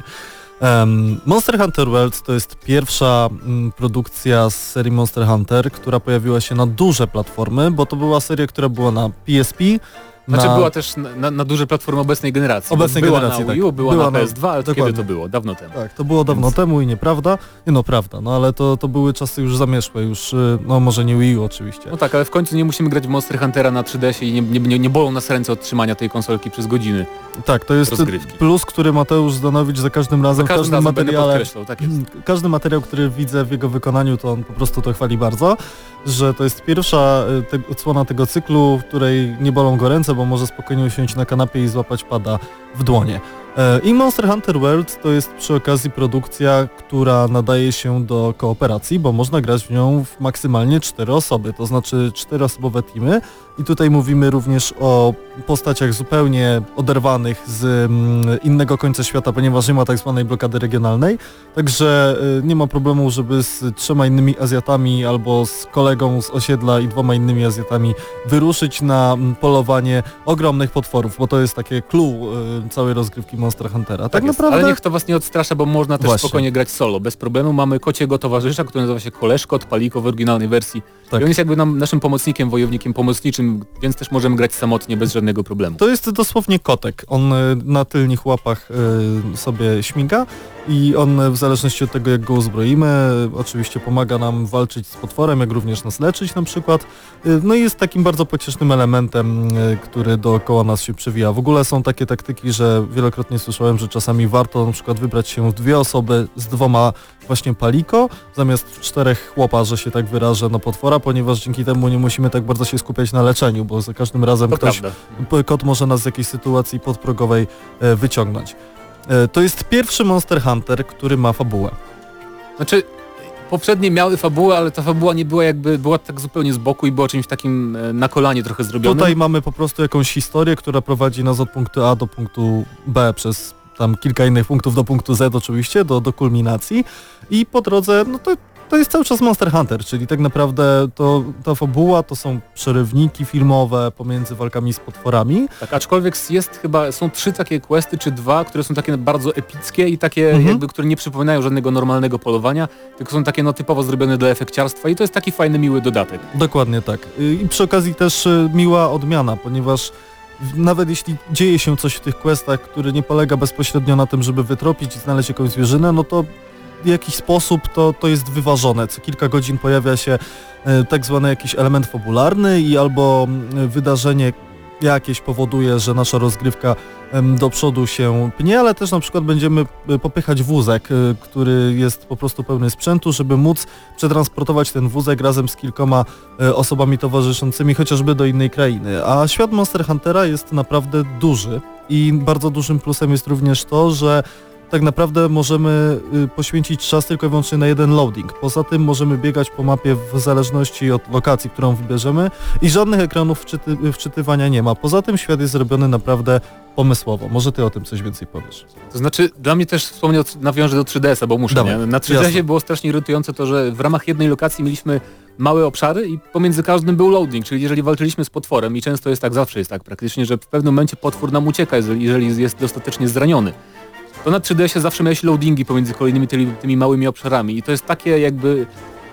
Um, Monster Hunter World to jest pierwsza mm, produkcja z serii Monster Hunter, która pojawiła się na duże platformy, bo to była seria, która była na P S P. Znaczy na... była też na, na, na duże platformy obecnej generacji. Obecnej była generacji, na Wii U, tak. była, Była na na- P S dwa, ale to dokładnie. kiedy to było? Dawno temu. Tak, to było dawno Więc- temu i nieprawda. Nie no, prawda, no ale to, to były czasy już zamieszłe, już, y, no może nie Wii U oczywiście. No tak, ale w końcu nie musimy grać w Monster Huntera na trzy D S i nie, nie, nie, nie bolą nas ręce od trzymania tej konsolki przez godziny. Tak, to jest rozgrywki. plus, który Mateusz Zdanowicz za każdym razem, Za w każdym każdym razem będę materiale, podkreślał, tak jest. każdy materiał, który widzę w jego wykonaniu, to on po prostu to chwali bardzo, że to jest pierwsza y, te, odsłona tego cyklu, w której nie bolą go ręce, bo może spokojnie usiąść na kanapie i złapać pada w dłonie. E, I Monster Hunter World to jest przy okazji produkcja, która nadaje się do kooperacji, bo można grać w nią w maksymalnie cztery osoby, to znaczy czteroosobowe teamy. I tutaj mówimy również o postaciach zupełnie oderwanych z mm, innego końca świata, ponieważ nie ma tak zwanej blokady regionalnej. Także y, nie ma problemu, żeby z trzema innymi Azjatami albo z kolegą z osiedla i dwoma innymi Azjatami wyruszyć na mm, polowanie ogromnych potworów, bo to jest takie clue y, całej rozgrywki Monster Huntera. Tak, Tak jest. naprawdę... Ale niech to was nie odstrasza, bo można też Właśnie. spokojnie grać solo. Bez problemu mamy kociego towarzysza, który nazywa się Koleżkot, Paliko w oryginalnej wersji. Tak. I on jest jakby nam, naszym pomocnikiem, wojownikiem pomocniczym, więc też możemy grać samotnie, bez żadnego problemu. To jest dosłownie kotek. On y, na tylnych łapach y, sobie śmiga i on y, w zależności od tego, jak go uzbroimy, y, oczywiście pomaga nam walczyć z potworem, jak również nas leczyć na przykład. Y, no i jest takim bardzo pociesznym elementem, y, który dookoła nas się przewija. W ogóle są takie taktyki, że wielokrotnie słyszałem, że czasami warto na przykład wybrać się w dwie osoby z dwoma właśnie paliko, zamiast w czterech chłopa, że się tak wyrażę, na potwora, ponieważ dzięki temu nie musimy tak bardzo się skupiać na leczeniu, bo za każdym razem To ktoś prawda. kot może nas z jakiejś sytuacji podprogowej e, wyciągnąć. E, to jest pierwszy Monster Hunter, który ma fabułę. Znaczy, poprzednie miały fabułę, ale ta fabuła nie była jakby, była tak zupełnie z boku i była czymś takim e, na kolanie trochę zrobionym. Tutaj mamy po prostu jakąś historię, która prowadzi nas od punktu A do punktu B przez tam kilka innych punktów do punktu Z oczywiście, do, do kulminacji i po drodze, no to to jest cały czas Monster Hunter, czyli tak naprawdę to, ta fabuła to są przerywniki filmowe pomiędzy walkami z potworami. Tak, aczkolwiek jest chyba, są trzy takie questy, czy dwa, które są takie bardzo epickie i takie Mhm. jakby, które nie przypominają żadnego normalnego polowania, tylko są takie no typowo zrobione dla efekciarstwa i to jest taki fajny, miły dodatek. Dokładnie tak. Y, I przy okazji też y, miła odmiana, ponieważ w- nawet jeśli dzieje się coś w tych questach, który nie polega bezpośrednio na tym, żeby wytropić i znaleźć jakąś zwierzynę, no to w jakiś sposób to, to jest wyważone. Co kilka godzin pojawia się e, tak zwany jakiś element fabularny i albo m, wydarzenie jakieś powoduje, że nasza rozgrywka em, do przodu się pnie, ale też na przykład będziemy e, popychać wózek, e, który jest po prostu pełny sprzętu, żeby móc przetransportować ten wózek razem z kilkoma e, osobami towarzyszącymi chociażby do innej krainy. A świat Monster Huntera jest naprawdę duży i bardzo dużym plusem jest również to, że tak naprawdę możemy y, poświęcić czas tylko i wyłącznie na jeden loading. Poza tym możemy biegać po mapie w zależności od lokacji, którą wybierzemy i żadnych ekranów wczyty, wczytywania nie ma. Poza tym świat jest zrobiony naprawdę pomysłowo. Może ty o tym coś więcej powiesz. To znaczy, dla mnie też wspomniał, nawiążę do trzy D S a, bo muszę, Dawaj, nie? Na trzy D S ie jasne. było strasznie irytujące to, że w ramach jednej lokacji mieliśmy małe obszary i pomiędzy każdym był loading, czyli jeżeli walczyliśmy z potworem i często jest tak, zawsze jest tak praktycznie, że w pewnym momencie potwór nam ucieka, jeżeli jeżeli jest dostatecznie zraniony. To na trzy D S ie zawsze miałeś loadingi pomiędzy kolejnymi tymi, tymi małymi obszarami i to jest takie jakby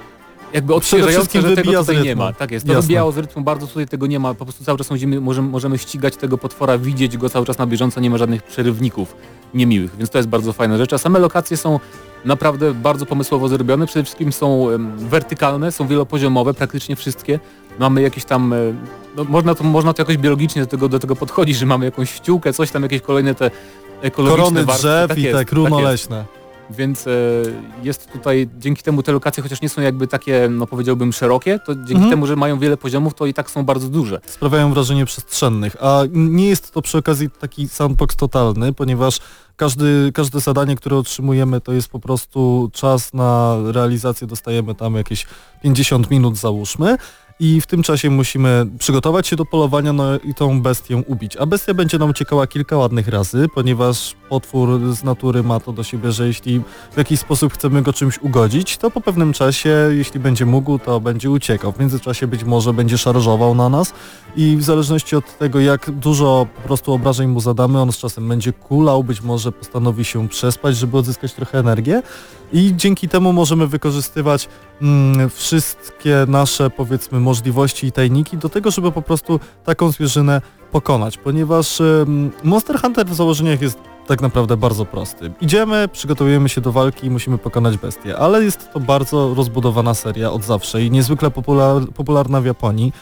jakby odświeżające, wszystkim że tego wybija z tutaj nie rytmu. ma. Tak jest, to Jasne. wybijało z rytmu, bardzo tutaj tego nie ma, po prostu cały czas możemy, możemy, możemy ścigać tego potwora, widzieć go cały czas na bieżąco, nie ma żadnych przerywników niemiłych, więc to jest bardzo fajna rzecz, a same lokacje są naprawdę bardzo pomysłowo zrobione. Przede wszystkim są um, wertykalne, są wielopoziomowe, praktycznie wszystkie. Mamy jakieś tam, no, można, to, można to jakoś biologicznie do tego, do tego podchodzić, że mamy jakąś ściółkę, coś tam, jakieś kolejne te ekologiczne Korony warstwy. drzew tak i jest, te kruno tak jest. leśne. Więc e, jest tutaj, dzięki temu te lokacje, chociaż nie są jakby takie, no powiedziałbym, szerokie, to dzięki Mhm. temu, że mają wiele poziomów, to i tak są bardzo duże. Sprawiają wrażenie przestrzennych, a nie jest to przy okazji taki sandbox totalny, ponieważ każdy, każde zadanie, które otrzymujemy, to jest po prostu czas na realizację, dostajemy tam jakieś pięćdziesiąt minut załóżmy. I w tym czasie musimy przygotować się do polowania, no i tą bestię ubić. A bestia będzie nam uciekała kilka ładnych razy, ponieważ potwór z natury ma to do siebie, że jeśli w jakiś sposób chcemy go czymś ugodzić, to po pewnym czasie, jeśli będzie mógł, to będzie uciekał. W międzyczasie być może będzie szarżował na nas i w zależności od tego, jak dużo po prostu obrażeń mu zadamy, on z czasem będzie kulał, być może postanowi się przespać, żeby odzyskać trochę energię. I dzięki temu możemy wykorzystywać mm, wszystkie nasze, powiedzmy, możliwości i tajniki do tego, żeby po prostu taką zwierzynę pokonać, ponieważ ym, Monster Hunter w założeniach jest tak naprawdę bardzo prosty. Idziemy, przygotowujemy się do walki i musimy pokonać bestię, ale jest to bardzo rozbudowana seria od zawsze i niezwykle popular, popularna w Japonii.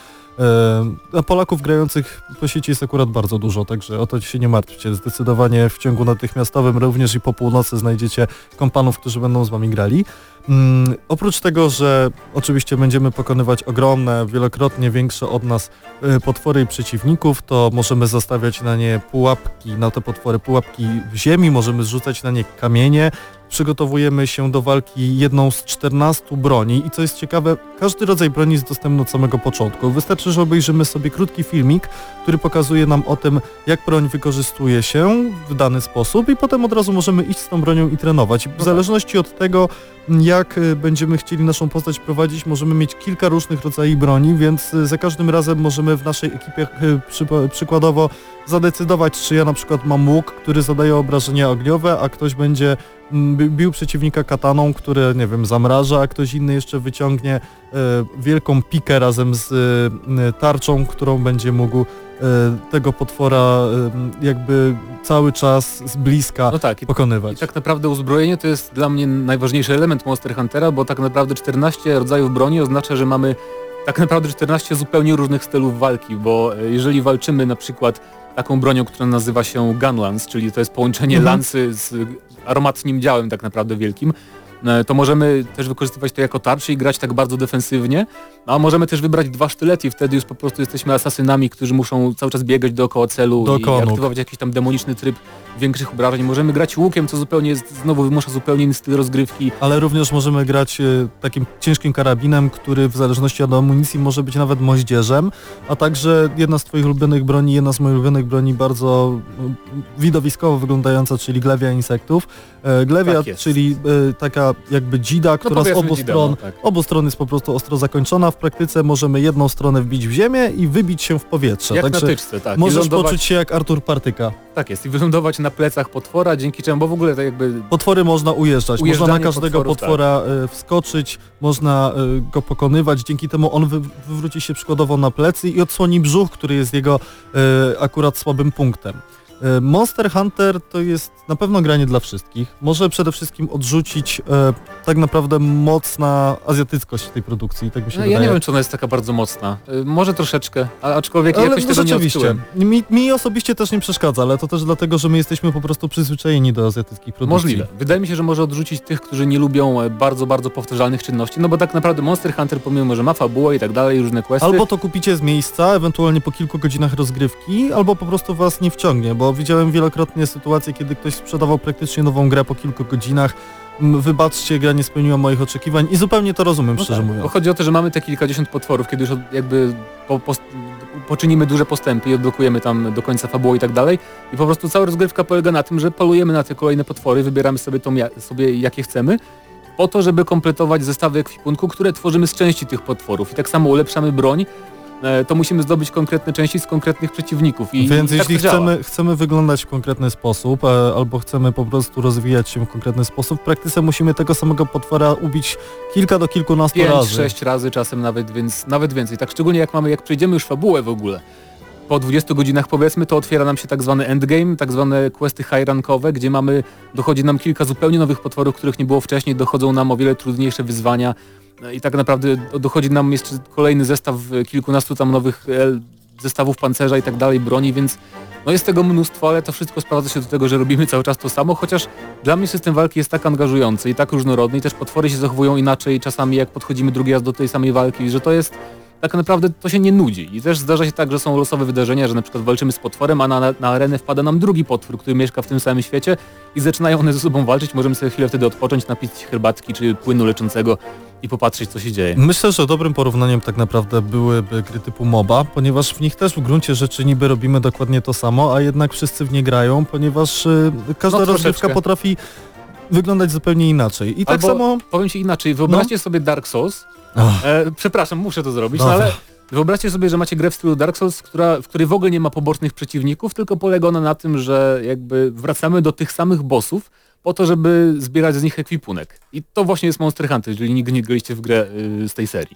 A Polaków grających po sieci jest akurat bardzo dużo, także o to się nie martwcie. Zdecydowanie w ciągu natychmiastowym, również i po północy znajdziecie kompanów, którzy będą z wami grali. Mm, oprócz tego, że oczywiście będziemy pokonywać ogromne, wielokrotnie większe od nas y, potwory i przeciwników, to możemy zastawiać na nie pułapki, na te potwory pułapki w ziemi, możemy zrzucać na nie kamienie. Przygotowujemy się do walki jedną z czternastu broni i co jest ciekawe, każdy rodzaj broni jest dostępny od samego początku. Wystarczy, że obejrzymy sobie krótki filmik, który pokazuje nam o tym, jak broń wykorzystuje się w dany sposób i potem od razu możemy iść z tą bronią i trenować. W zależności od tego, jak będziemy chcieli naszą postać prowadzić, możemy mieć kilka różnych rodzajów broni, więc za każdym razem możemy w naszej ekipie przy, przykładowo zadecydować, czy ja na przykład mam łuk, który zadaje obrażenia ogniowe, a ktoś będzie bił przeciwnika kataną, które, nie wiem, zamraża, a ktoś inny jeszcze wyciągnie e, wielką pikę razem z e, tarczą, którą będzie mógł e, tego potwora e, jakby cały czas z bliska No tak, i, pokonywać. i tak naprawdę uzbrojenie to jest dla mnie najważniejszy element Monster Huntera, bo tak naprawdę czternaście rodzajów broni oznacza, że mamy tak naprawdę czternaście zupełnie różnych stylów walki, bo jeżeli walczymy na przykład taką bronią, która nazywa się Gunlance, czyli to jest połączenie Mhm. lansy z aromatnym działem tak naprawdę wielkim, to możemy też wykorzystywać to jako tarczę i grać tak bardzo defensywnie, a możemy też wybrać dwa sztylety i wtedy już po prostu jesteśmy asasynami, którzy muszą cały czas biegać dookoła celu Dookoła i nóg. aktywować jakiś tam demoniczny tryb większych obrażeń. Możemy grać łukiem, co zupełnie jest, znowu wymusza zupełnie inny styl rozgrywki. Ale również możemy grać e, takim ciężkim karabinem, który w zależności od amunicji może być nawet moździerzem, a także jedna z twoich ulubionych broni, jedna z moich ulubionych broni bardzo e, widowiskowo wyglądająca, czyli glewia insektów. E, glewia, Tak jest. czyli e, taka jakby dzida, która z powiedzmy obu dzida, stron, no tak. obu stron jest po prostu ostro zakończona. W praktyce możemy jedną stronę wbić w ziemię i wybić się w powietrze. Jak Także na tyczce, tak. I możesz lądować, poczuć się jak Artur Partyka. tak jest, i wylądować na plecach potwora, dzięki czemu, bo w ogóle tak jakby Potwory można ujeżdżać, można na Ujeżdżanie każdego potworów, potwora e, wskoczyć, można e, go pokonywać, dzięki temu on wy, wywróci się przykładowo na plecy i odsłoni brzuch, który jest jego e, akurat słabym punktem. E, Monster Hunter to jest na pewno granie dla wszystkich. Może przede wszystkim odrzucić e, tak naprawdę mocna azjatyckość tej produkcji, tak mi się no, wydaje. ja nie wiem, czy ona jest taka bardzo mocna. Y, Może troszeczkę, a, aczkolwiek Ale jakoś no tego nie rzeczywiście, odczułem. mi, mi osobiście też nie przeszkadza, ale to też dlatego, że my jesteśmy po prostu przyzwyczajeni do azjatyckich produkcji. Możliwe. Wydaje mi się, że może odrzucić tych, którzy nie lubią e, bardzo, bardzo powtarzalnych czynności, no bo tak naprawdę Monster Hunter, pomimo że ma fabułę i tak dalej, różne questy, Albo to kupicie z miejsca, ewentualnie po kilku godzinach rozgrywki, albo po prostu was nie wciągnie, bo widziałem wielokrotnie sytuacje, kiedy ktoś sprzedawał praktycznie nową grę po kilku godzinach. M, Wybaczcie, gra nie spełniła moich oczekiwań i zupełnie to rozumiem, no szczerze tak, mówiąc. bo chodzi o to, że mamy te kilkadziesiąt potworów, kiedy już od- jakby po, po, poczynimy duże postępy i odblokujemy tam do końca fabuły i tak dalej i po prostu cała rozgrywka polega na tym, że polujemy na te kolejne potwory, wybieramy sobie, tą, ja- sobie jakie chcemy, po to, żeby kompletować zestawy ekwipunku, które tworzymy z części tych potworów i tak samo ulepszamy broń, e, to musimy zdobyć konkretne części z konkretnych przeciwników. I, Więc i tak jeśli to działa. chcemy, chcemy wyglądać w konkretny sposób, e, albo chcemy po prostu rozwijać się w konkretny sposób, w praktyce musimy tego samego potwora ubić kilka do kilkunastu pięć, razy. sześć razy czasem nawet, więc nawet więcej. Tak szczególnie jak mamy, jak przejdziemy już fabułę w ogóle, po dwudziestu godzinach powiedzmy, to otwiera nam się tak zwany endgame, tak zwane questy high rankowe, gdzie mamy, dochodzi nam kilka zupełnie nowych potworów, których nie było wcześniej, dochodzą nam o wiele trudniejsze wyzwania i tak naprawdę dochodzi nam jeszcze kolejny zestaw kilkunastu tam nowych zestawów pancerza i tak dalej, broni, więc no jest tego mnóstwo, ale to wszystko sprowadza się do tego, że robimy cały czas to samo, chociaż dla mnie system walki jest tak angażujący i tak różnorodny i też potwory się zachowują inaczej czasami, jak podchodzimy drugi raz do tej samej walki, że to jest tak naprawdę to się nie nudzi. I też zdarza się tak, że są losowe wydarzenia, że na przykład walczymy z potworem, a na, na arenę wpada nam drugi potwór, który mieszka w tym samym świecie i zaczynają one ze sobą walczyć. Możemy sobie chwilę wtedy odpocząć, napić herbatki czy płynu leczącego i popatrzeć, co się dzieje. Myślę, że dobrym porównaniem tak naprawdę byłyby gry typu MOBA, ponieważ w nich też w gruncie rzeczy niby robimy dokładnie to samo, a jednak wszyscy w nie grają, ponieważ y, każda No, rozgrywka potrafi wyglądać zupełnie inaczej. I tak Albo, samo... powiem ci inaczej, wyobraźcie no. sobie Dark Souls. E, przepraszam, muszę to zrobić, no, ale wyobraźcie sobie, że macie grę w stylu Dark Souls, która, w której w ogóle nie ma pobocznych przeciwników, tylko polega ona na tym, że jakby wracamy do tych samych bossów po to, żeby zbierać z nich ekwipunek. I to właśnie jest Monster Hunter, jeżeli nigdy nie graliście w grę y, z tej serii.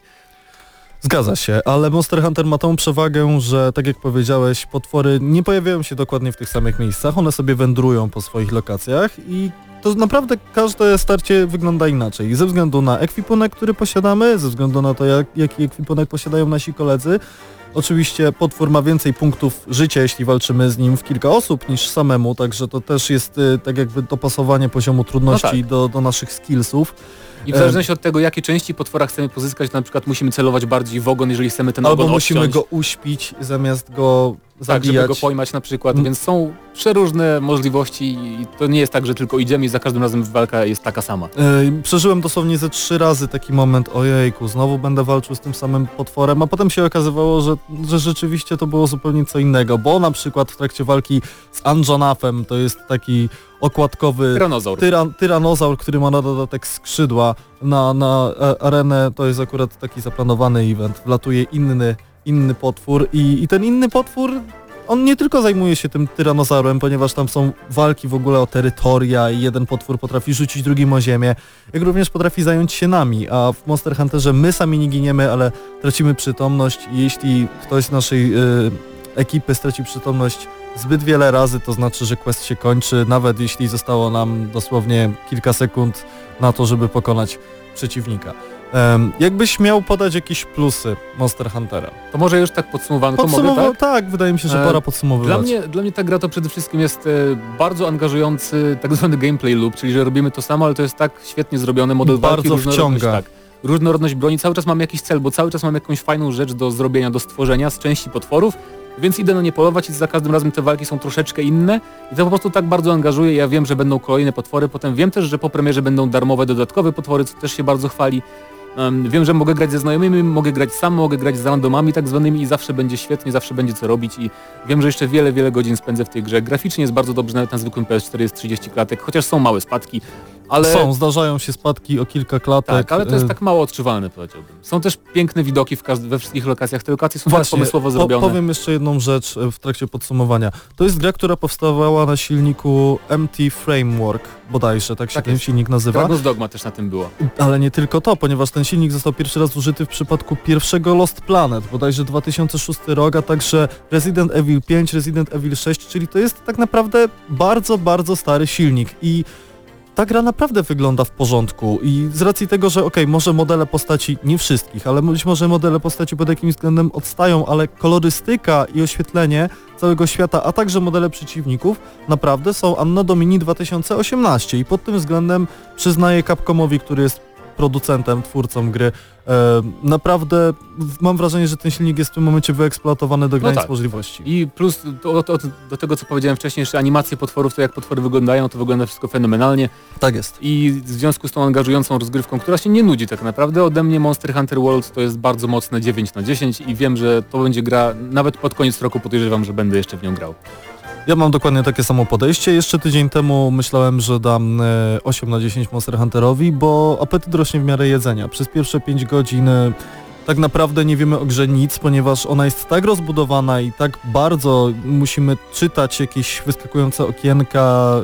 Zgadza się, ale Monster Hunter ma tą przewagę, że tak jak powiedziałeś, potwory nie pojawiają się dokładnie w tych samych miejscach, one sobie wędrują po swoich lokacjach i to naprawdę każde starcie wygląda inaczej. I ze względu na ekwipunek, który posiadamy, ze względu na to, jak, jaki ekwipunek posiadają nasi koledzy. Oczywiście potwór ma więcej punktów życia, jeśli walczymy z nim w kilka osób niż samemu, także to też jest y, tak jakby dopasowanie poziomu trudności no tak. do, do naszych skillsów. I w zależności od tego, jakie części potwora chcemy pozyskać, na przykład musimy celować bardziej w ogon, jeżeli chcemy ten Albo ogon musimy odciąć. go uśpić zamiast go zabijać. Tak, żeby go pojmać na przykład, mm. więc są przeróżne możliwości i to nie jest tak, że tylko idziemy i za każdym razem walka jest taka sama. Yy, przeżyłem dosłownie ze trzy razy taki moment, ojejku, znowu będę walczył z tym samym potworem, a potem się okazywało, że, że rzeczywiście to było zupełnie co innego, bo na przykład w trakcie walki z Anjanafem, to jest taki okładkowy tyranozaur. Tyran, tyranozaur, który ma na dodatek skrzydła na, na arenę, to jest akurat taki zaplanowany event, wlatuje inny inny potwór i, i ten inny potwór, on nie tylko zajmuje się tym tyranozaurem, ponieważ tam są walki w ogóle o terytoria i jeden potwór potrafi rzucić drugim o ziemię, jak również potrafi zająć się nami, a w Monster Hunterze my sami nie giniemy, ale tracimy przytomność i jeśli ktoś z naszej y, ekipy straci przytomność zbyt wiele razy, to znaczy, że quest się kończy, nawet jeśli zostało nam dosłownie kilka sekund na to, żeby pokonać przeciwnika. Um, jakbyś miał podać jakieś plusy Monster Huntera? To może już tak podsumowanko Podsumowa- mogę, tak? Tak, wydaje mi się, że pora podsumowywać. Dla mnie, dla mnie ta gra to przede wszystkim jest e, bardzo angażujący tak zwany gameplay loop, czyli że robimy to samo, ale to jest tak świetnie zrobione, model walki, bardzo wciąga. Tak, różnorodność broni, cały czas mam jakiś cel, bo cały czas mam jakąś fajną rzecz do zrobienia, do stworzenia z części potworów, więc idę na nie polować i za każdym razem te walki są troszeczkę inne i to po prostu tak bardzo angażuje. Ja wiem, że będą kolejne potwory, potem wiem też, że po premierze będą darmowe, dodatkowe potwory, co też się bardzo chwali. Um, wiem, że mogę grać ze znajomymi, mogę grać sam, mogę grać z randomami tak zwanymi i zawsze będzie świetnie, zawsze będzie co robić i wiem, że jeszcze wiele, wiele godzin spędzę w tej grze. Graficznie jest bardzo dobrze, nawet na zwykłym P S cztery jest trzydzieści klatek, chociaż są małe spadki, ale... Są, zdarzają się spadki o kilka klatek. Tak, ale to jest tak mało odczuwalne, powiedziałbym. Są też piękne widoki w każd- we wszystkich lokacjach, te lokacje są Właśnie, tak pomysłowo zrobione. Po, powiem jeszcze jedną rzecz w trakcie podsumowania. To jest gra, która powstawała na silniku M T Framework, bodajże, tak się Tak ten jest. silnik nazywa. Dragon's Dogma też na tym było. Ale nie tylko to, ponieważ ten silnik został pierwszy raz użyty w przypadku pierwszego Lost Planet, bodajże dwa tysiące szósty rok, a także Resident Evil pięć, Resident Evil sześć, czyli to jest tak naprawdę bardzo, bardzo stary silnik i ta gra naprawdę wygląda w porządku i z racji tego, że okej, okay, może modele postaci, nie wszystkich, ale być może modele postaci pod jakimś względem odstają, ale kolorystyka i oświetlenie całego świata, a także modele przeciwników naprawdę są Anno Domini dwa tysiące osiemnaście i pod tym względem przyznaję Capcomowi, który jest producentem, twórcą gry. E, naprawdę mam wrażenie, że ten silnik jest w tym momencie wyeksploatowany do granic no tak. możliwości. I plus do, do, do tego, co powiedziałem wcześniej, że animacje potworów, to jak potwory wyglądają, to wygląda wszystko fenomenalnie. Tak jest. I w związku z tą angażującą rozgrywką, która się nie nudzi tak naprawdę, ode mnie Monster Hunter World to jest bardzo mocne dziewięć na dziesięć i wiem, że to będzie gra, nawet pod koniec roku podejrzewam, że będę jeszcze w nią grał. Ja mam dokładnie takie samo podejście. Jeszcze tydzień temu myślałem, że dam e, osiem na dziesięć Monster Hunterowi, bo apetyt rośnie w miarę jedzenia. Przez pierwsze pięć godzin e, tak naprawdę nie wiemy o grze nic, ponieważ ona jest tak rozbudowana i tak bardzo musimy czytać jakieś wyskakujące okienka, e,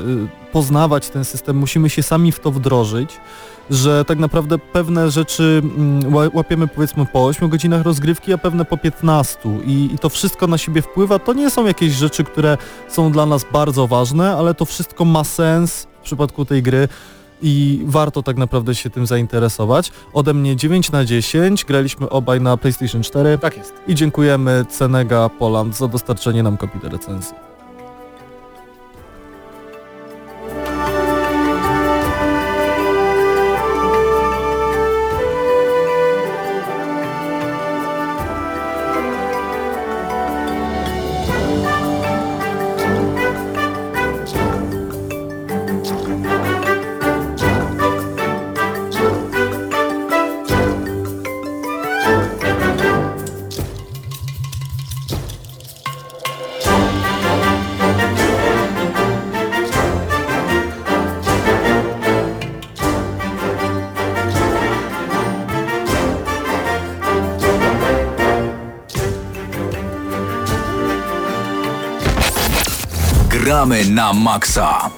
poznawać ten system, musimy się sami w to wdrożyć, że tak naprawdę pewne rzeczy mm, łapiemy powiedzmy po ośmiu godzinach rozgrywki, a pewne po piętnastu i, i to wszystko na siebie wpływa. To nie są jakieś rzeczy, które są dla nas bardzo ważne, ale to wszystko ma sens w przypadku tej gry i warto tak naprawdę się tym zainteresować. Ode mnie dziewięć na dziesięć, graliśmy obaj na PlayStation cztery. Tak jest. I dziękujemy Cenega Poland za dostarczenie nam kopii do recenzji. Gramy na maksa.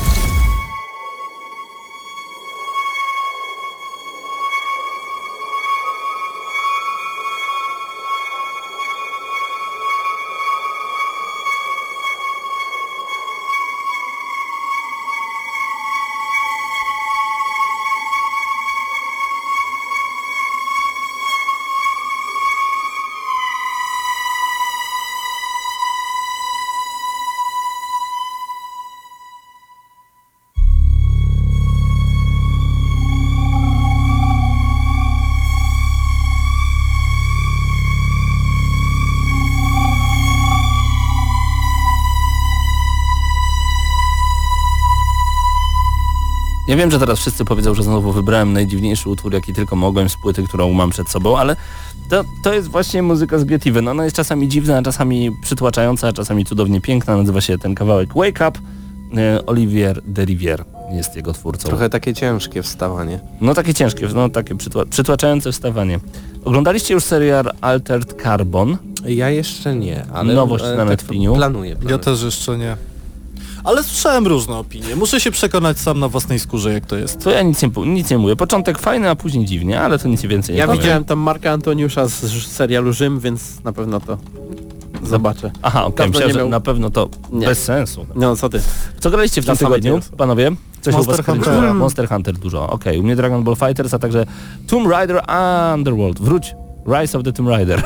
Ja wiem, że teraz wszyscy powiedzą, że znowu wybrałem najdziwniejszy utwór, jaki tylko mogłem z płyty, którą mam przed sobą, ale to, to jest właśnie muzyka z Get No ona jest czasami dziwna, a czasami przytłaczająca, a czasami cudownie piękna. Nazywa się ten kawałek Wake Up. Olivier Derivière jest jego twórcą. Trochę takie ciężkie wstawanie. No takie ciężkie, no takie przytła przytłaczające wstawanie. Oglądaliście już serial Altered Carbon? Ja jeszcze nie, ale... Nowość ale na tak Netflixu. Planuję, planuję. Ja też jeszcze nie. Ale słyszałem różne opinie. Muszę się przekonać sam na własnej skórze, jak to jest. To ja nic nie, nic nie mówię. Początek fajny, a później dziwnie, ale to nic więcej nie Ja powiem. widziałem tam Marka Antoniusza z z serialu Rzym, więc na pewno to zobaczę. Aha, okej, Dawno myślałem, nie że miał- na pewno to Nie. bez sensu. No co ty? Co graliście w tym Dla samej tygodniu, tej panowie? Coś Monster u was Huntera. kręciło? Monster Hunter dużo, okej. U mnie Dragon Ball Fighters, a także Tomb Raider Underworld. Wróć, Rise of the Tomb Raider.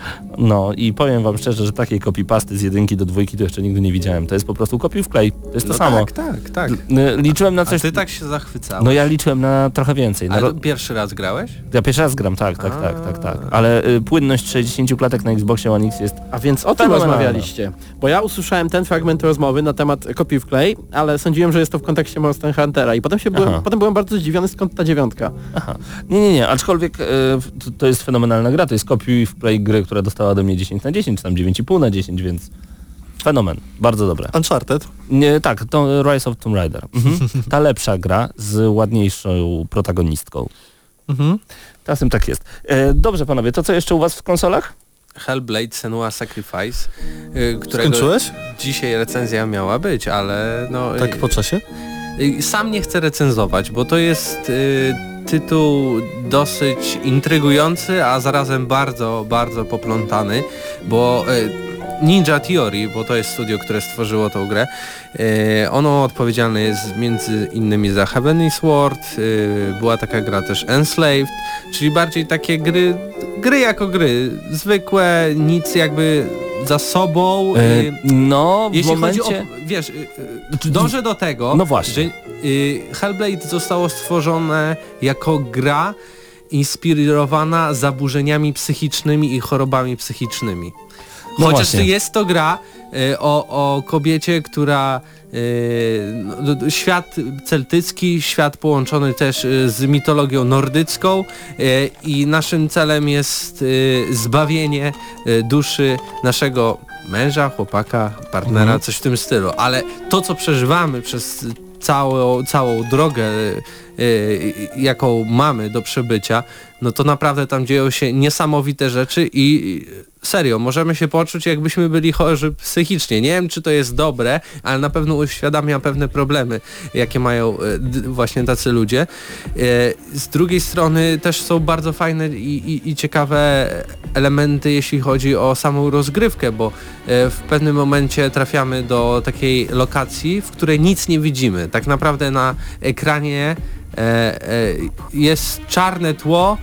No i powiem wam szczerze, że takiej copy-pasty z jedynki do dwójki to jeszcze nigdy nie widziałem. To jest po prostu kopiuj w klej. To jest to No samo. tak, tak, tak. L- Liczyłem na A coś... ty tak się zachwycałeś. No ja liczyłem na trochę więcej. Na Ale ro... pierwszy raz grałeś? Ja pierwszy raz gram, tak, tak, tak, tak, tak. Ale y, płynność sześćdziesiąt klatek na Xboxie One X jest... A więc o tym Fenomenalne. rozmawialiście. Bo ja usłyszałem ten fragment rozmowy na temat kopii w klej, ale sądziłem, że jest to w kontekście Monster Huntera i potem się byłem, Aha. potem byłem bardzo zdziwiony, skąd ta dziewiątka. Aha. Nie, nie, nie, aczkolwiek y, to, to jest fenomenalna gra. To jest kopiuj w play gry, która dostała ode mnie dziesięć na dziesięć, czy tam dziewięć i pół na dziesięć, więc fenomen. Bardzo dobre. Uncharted? Nie, tak, to Rise of Tomb Raider. Mhm. Ta lepsza gra z ładniejszą protagonistką. Mhm. Czasem tak jest. E, dobrze panowie, to co jeszcze u was w konsolach? Hellblade Senua's Sacrifice, y, którego Skończyłeś? dzisiaj recenzja miała być, ale no... Tak po czasie? y, Sam nie chcę recenzować, bo to jest y, tytuł dosyć intrygujący, a zarazem bardzo, bardzo poplątany, bo y, Ninja Theory, bo to jest studio, które stworzyło tą grę, y, ono odpowiedzialne jest między innymi za Heavenly Sword, y, była taka gra też Enslaved, czyli bardziej takie gry, gry jako gry, zwykłe, nic jakby za sobą. E, y, no, w jeśli momencie... chodzi o, wiesz, y, y, dążę do tego, No właśnie. że y, Hellblade zostało stworzone jako gra inspirowana zaburzeniami psychicznymi i chorobami psychicznymi. No Chociaż właśnie. jest to gra y, o, o kobiecie, która y, no, d- świat celtycki, świat połączony też y, z mitologią nordycką y, i naszym celem jest y, zbawienie y, duszy naszego męża, chłopaka, partnera, Mhm. coś w tym stylu. Ale to, co przeżywamy przez całą, całą drogę y, jaką mamy do przebycia, no to naprawdę tam dzieją się niesamowite rzeczy i serio, możemy się poczuć, jakbyśmy byli chorzy psychicznie. Nie wiem, czy to jest dobre, ale na pewno uświadamia pewne problemy, jakie mają właśnie tacy ludzie. Z drugiej strony też są bardzo fajne i, i, i ciekawe elementy, jeśli chodzi o samą rozgrywkę, bo w pewnym momencie trafiamy do takiej lokacji, w której nic nie widzimy. Tak naprawdę na ekranie jest czarne tło,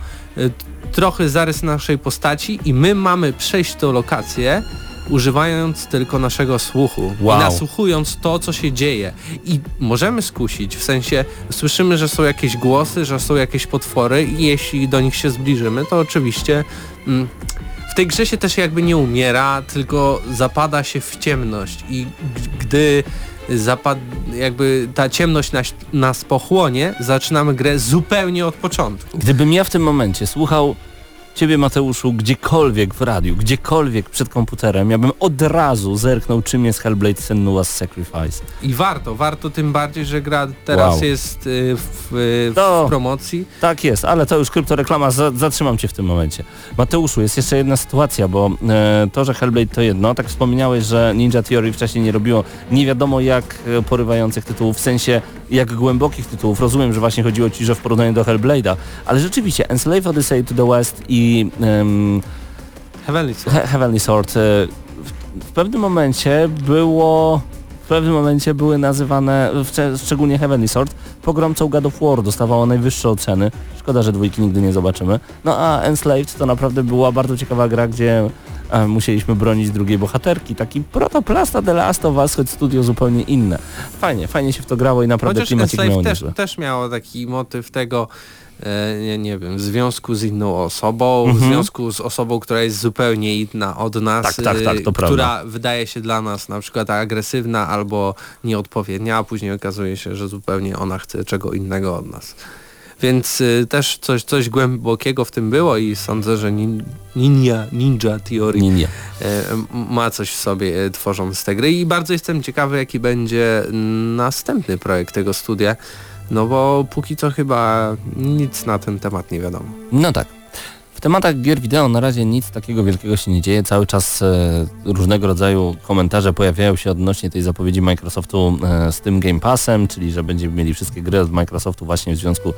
trochę zarys naszej postaci i my mamy przejść tą lokację używając tylko naszego słuchu Wow. i nasłuchując to, co się dzieje. I możemy skusić, w sensie słyszymy, że są jakieś głosy, że są jakieś potwory i jeśli do nich się zbliżymy, to oczywiście mm, w tej grze się też jakby nie umiera, tylko zapada się w ciemność i g- gdy zapad, jakby ta ciemność nas, nas pochłonie, zaczynamy grę zupełnie od początku. Gdybym ja w tym momencie słuchał Ciebie, Mateuszu, gdziekolwiek w radiu, gdziekolwiek przed komputerem, ja bym od razu zerknął, czym jest Hellblade Senua's Sacrifice. I warto, warto tym bardziej, że gra teraz Wow. jest y, w, w, To- w promocji. Tak jest, ale to już kryptoreklama, za, zatrzymam Cię w tym momencie. Mateuszu, jest jeszcze jedna sytuacja, bo e, to, że Hellblade to jedno, tak wspominałeś, że Ninja Theory wcześniej nie robiło nie wiadomo jak e, porywających tytułów, w sensie jak głębokich tytułów. Rozumiem, że właśnie chodziło Ci, że w porównaniu do Hellblade'a, ale rzeczywiście Enslaved Odyssey to the West i em, Heavenly Sword. He- Heavenly Sword e, w, w pewnym momencie było... W pewnym momencie były nazywane, w, szczególnie Heavenly Sword, pogromcą God of War, dostawało najwyższe oceny. Szkoda, że dwójki nigdy nie zobaczymy. No a Enslaved to naprawdę była bardzo ciekawa gra, gdzie e, musieliśmy bronić drugiej bohaterki. Taki protoplasta The Last of Us, choć studio zupełnie inne. Fajnie, fajnie się w to grało i naprawdę Chociaż klimacik miało Enslaved też, niezłe. też miało taki motyw tego, e, nie, nie wiem, w związku z inną osobą, Mhm. w związku z osobą, która jest zupełnie inna od nas, Tak, tak, tak, to e, prawda. która wydaje się dla nas na przykład agresywna albo nieodpowiednia, a później okazuje się, że zupełnie ona chce czego innego od nas. Więc y, też coś, coś głębokiego w tym było i sądzę, że nin, ninja, Ninja Theory Nie, nie. e, m- ma coś w sobie e, tworząc te gry i bardzo jestem ciekawy, jaki będzie następny projekt tego studia, no bo póki co chyba nic na ten temat nie wiadomo. No tak. W tematach gier wideo na razie nic takiego wielkiego się nie dzieje. Cały czas e, różnego rodzaju komentarze pojawiają się odnośnie tej zapowiedzi Microsoftu e, z tym Game Passem, czyli że będziemy mieli wszystkie gry od Microsoftu właśnie w związku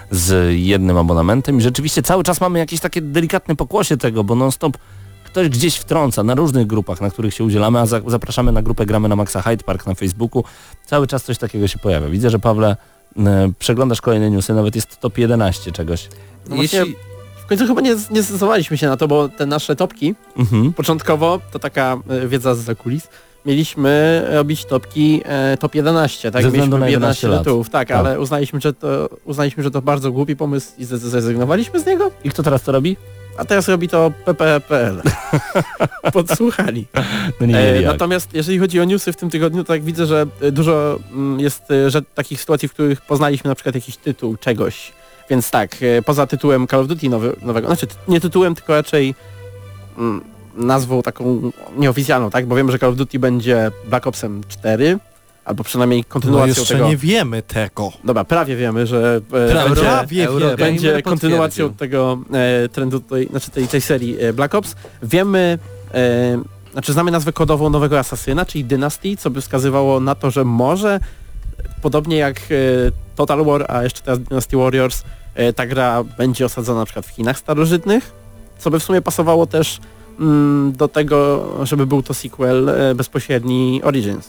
z jednym abonamentem. I rzeczywiście cały czas mamy jakieś takie delikatne pokłosie tego, bo non-stop ktoś gdzieś wtrąca na różnych grupach, na których się udzielamy, a za, zapraszamy na grupę Gramy na Maxa Hyde Park na Facebooku. Cały czas coś takiego się pojawia. Widzę, że Pawle e, przeglądasz kolejne newsy, nawet jest top jedenaście czegoś. No właśnie, w końcu chyba nie, nie zdecydowaliśmy się na to, bo te nasze topki, Mhm. początkowo, to taka e, wiedza z zakulis, mieliśmy robić topki e, top jedenaście, tak? Ze względu Mieliśmy na jedenaście jedenaście lat. tytułów, tak, Tak. ale uznaliśmy, że to uznaliśmy, że to bardzo głupi pomysł i z- zrezygnowaliśmy z niego, I kto teraz to robi? a teraz robi to P P P L. Podsłuchali. No nie E, wiem jak. natomiast jeżeli chodzi o newsy w tym tygodniu, to tak widzę, że e, dużo mm, jest e, że takich sytuacji, w których poznaliśmy na przykład jakiś tytuł czegoś. Więc tak, e, poza tytułem Call of Duty nowy, nowego, znaczy ty- nie tytułem, tylko raczej mm, nazwą taką nieoficjalną, tak? Bo wiem, że Call of Duty będzie Black Opsem cztery, albo przynajmniej No kontynuacją jeszcze tego. nie wiemy tego. Dobra, prawie wiemy, że e, Prawie, będzie, prawie Eurogamer wiemy. będzie potwierdził. kontynuacją tego e, trendu, tej, znaczy tej, tej serii e, Black Ops. Wiemy, e, znaczy znamy nazwę kodową nowego asasyna, czyli Dynasty, co by wskazywało na to, że może podobnie jak e, Total War, a jeszcze teraz Dynasty Warriors, e, ta gra będzie osadzona na przykład w Chinach starożytnych, co by w sumie pasowało też mm, do tego, żeby był to sequel e, bezpośredni Origins.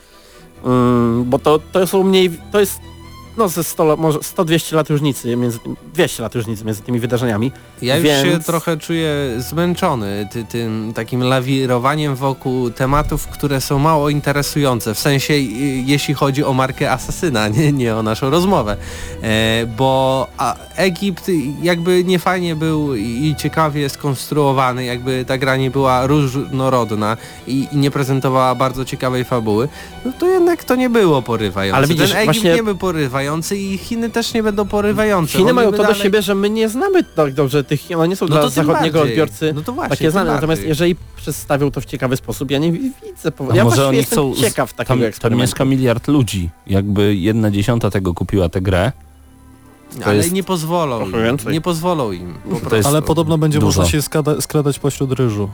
Mm, bo to, to są mniej, to jest no ze sto, lat- może sto dwieście lat różnicy między tym, dwieście lat różnicy między tymi wydarzeniami. Ja już Więc- się trochę czuję zmęczony ty, tym takim lawirowaniem wokół tematów, które są mało interesujące, w sensie y, jeśli chodzi o markę Asasyna, nie, nie o naszą rozmowę, e, bo a, Egipt jakby niefajnie był i, i ciekawie skonstruowany, jakby ta gra nie była różnorodna i, i nie prezentowała bardzo ciekawej fabuły, no to jednak to nie było porywające. Ale widzisz, Ten Egipt właśnie- nie był porywający i Chiny też nie będą porywające. Chiny Oni mają by to do dalej- siebie, że my nie znamy tak dobrze tych Chin, one nie są No dla to tym zachodniego bardziej. odbiorcy No to właśnie, takie tym znane. Natomiast bardziej. jeżeli przedstawią to w ciekawy sposób, ja nie wi- widzę powodu. A Ja może właściwie oni jestem chcą... ciekaw Tam, takiego tam eksperymentu. mieszka miliard ludzi. Jakby jedna dziesiąta tego kupiła tę grę, To Ale jest nie pozwolą Trochę im. więcej. Nie pozwolą im. Po To prostu. jest Ale podobno będzie dużo. można się skada, skradać pośród ryżu.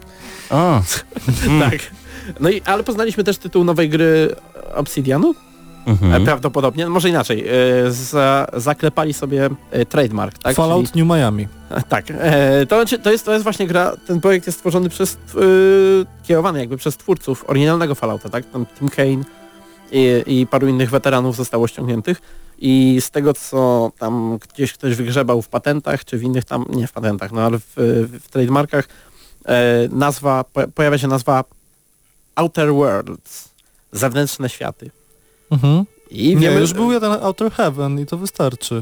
A, Tak. No i, ale poznaliśmy też tytuł nowej gry Obsidianu? mhm. E, prawdopodobnie, może inaczej. E, za, zaklepali sobie e, trademark, tak? Fallout Czyli, New Miami. e, tak. E, to, to, jest, to jest właśnie gra, ten projekt jest stworzony przez, e, kierowany jakby przez twórców oryginalnego Fallouta, tak? Tam Tim Kaine i, i paru innych weteranów zostało ściągniętych. I z tego, co tam gdzieś ktoś wygrzebał w patentach, czy w innych tam, nie w patentach, no ale w, w, w trademarkach, e, nazwa, po, pojawia się nazwa Outer Worlds, zewnętrzne światy. Mhm. I Nie, wiemy, już był jeden Outer Heaven i to wystarczy.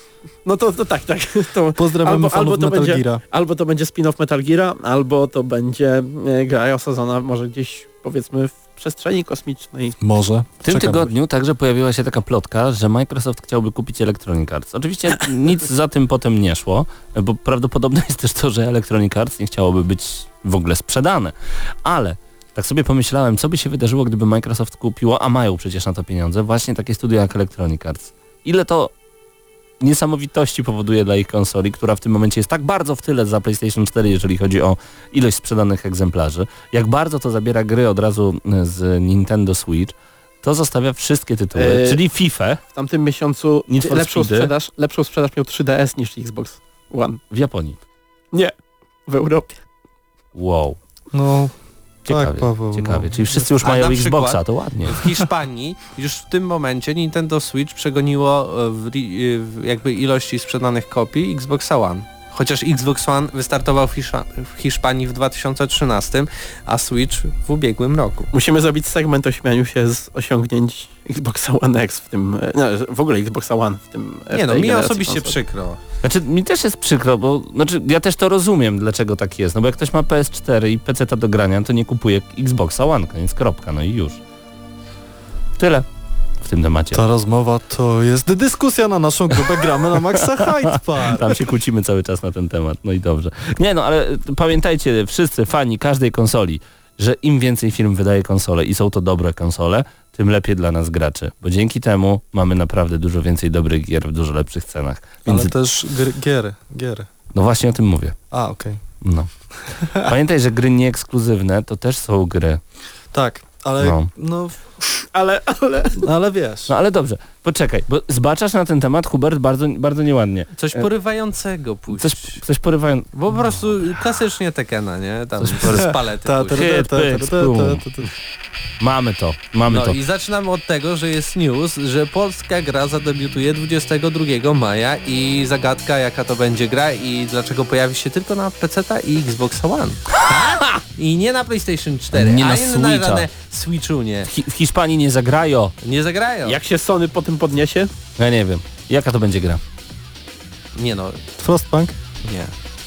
No to, to tak, tak. To, Pozdrawiamy Albo- fanów albo to Metal będzie- Geara. albo to będzie spin-off Metal Geara, albo to będzie e, gra osadzona może gdzieś, powiedzmy, w przestrzeni kosmicznej. Może. W tym Czekam. tygodniu także pojawiła się taka plotka, że Microsoft chciałby kupić Electronic Arts. Oczywiście nic za tym potem nie szło, bo prawdopodobne jest też to, że Electronic Arts nie chciałoby być w ogóle sprzedane. Ale tak sobie pomyślałem, co by się wydarzyło, gdyby Microsoft kupiło, a mają przecież na to pieniądze, właśnie takie studio jak Electronic Arts. Ile to niesamowitości powoduje dla ich konsoli, która w tym momencie jest tak bardzo w tyle za PlayStation cztery, jeżeli chodzi o ilość sprzedanych egzemplarzy, jak bardzo to zabiera gry od razu z Nintendo Switch, to zostawia wszystkie tytuły, Yy, czyli FIFA W tamtym miesiącu Need for lepszą Speedy. sprzedaż, lepszą sprzedaż miał trzy D S niż Xbox One. w Japonii. Nie, w Europie. Wow. No, Ciekawie, tak, Paweł. ciekawie. No. Czyli wszyscy już A mają na Xboxa, przykład- to ładnie. W Hiszpanii już w tym momencie Nintendo Switch przegoniło e, w, ri- w jakby ilości sprzedanych kopii Xboxa One. Chociaż Xbox One wystartował w, Hiszpa- w Hiszpanii w dwa tysiące trzynastym, a Switch w ubiegłym roku. Musimy zrobić segment o śmianiu się z osiągnięć Xboxa One X w tym, e, no, w ogóle Xboxa One w tym w Nie no, tej mi generacji osobiście konsol. przykro. Znaczy, mi też jest przykro, bo znaczy, ja też to rozumiem, dlaczego tak jest. No bo jak ktoś ma P S cztery i P C ta do grania, to nie kupuje Xboxa One, koniec, kropka, no i już. Tyle w tym temacie. Ta rozmowa to jest dyskusja na naszą grupę Gramy na Maxa Hyde Park. Tam się kłócimy cały czas na ten temat, no i dobrze. Nie no, ale pamiętajcie, wszyscy fani każdej konsoli, że im więcej firm wydaje konsole i są to dobre konsole, tym lepiej dla nas graczy, bo dzięki temu mamy naprawdę dużo więcej dobrych gier w dużo lepszych cenach. Ale Między... też gry, giery, giery. No właśnie o tym mówię. A, okej. No. Pamiętaj, że gry nieekskluzywne to też są gry. Tak, ale No. no, Ale, ale... ale wiesz. No ale dobrze, poczekaj, bo zbaczasz na ten temat, Hubert, bardzo, bardzo nieładnie. Coś E, porywającego pójść. Coś, coś porywają... Bo po prostu klasycznie Tekena, nie? Tam Coś pory- z palety Ta, ta, pójść. Hit, ta, ta, pyk, ta, spum. ta, ta, ta. Mamy to, mamy No to. i zaczynamy od tego, że jest news, że polska gra zadebiutuje dwudziestego drugiego maja i zagadka jaka to będzie gra i dlaczego pojawi się tylko na peceta i Xbox One. I nie na PlayStation cztery, Nie a na nie na Switcha. żadne Switchunie. W, Hi- w Hiszpanii nie zagrają. Nie zagrają. Jak się Sony po tym podniesie? Ja nie wiem. Jaka to będzie gra? Nie no, Frostpunk? nie.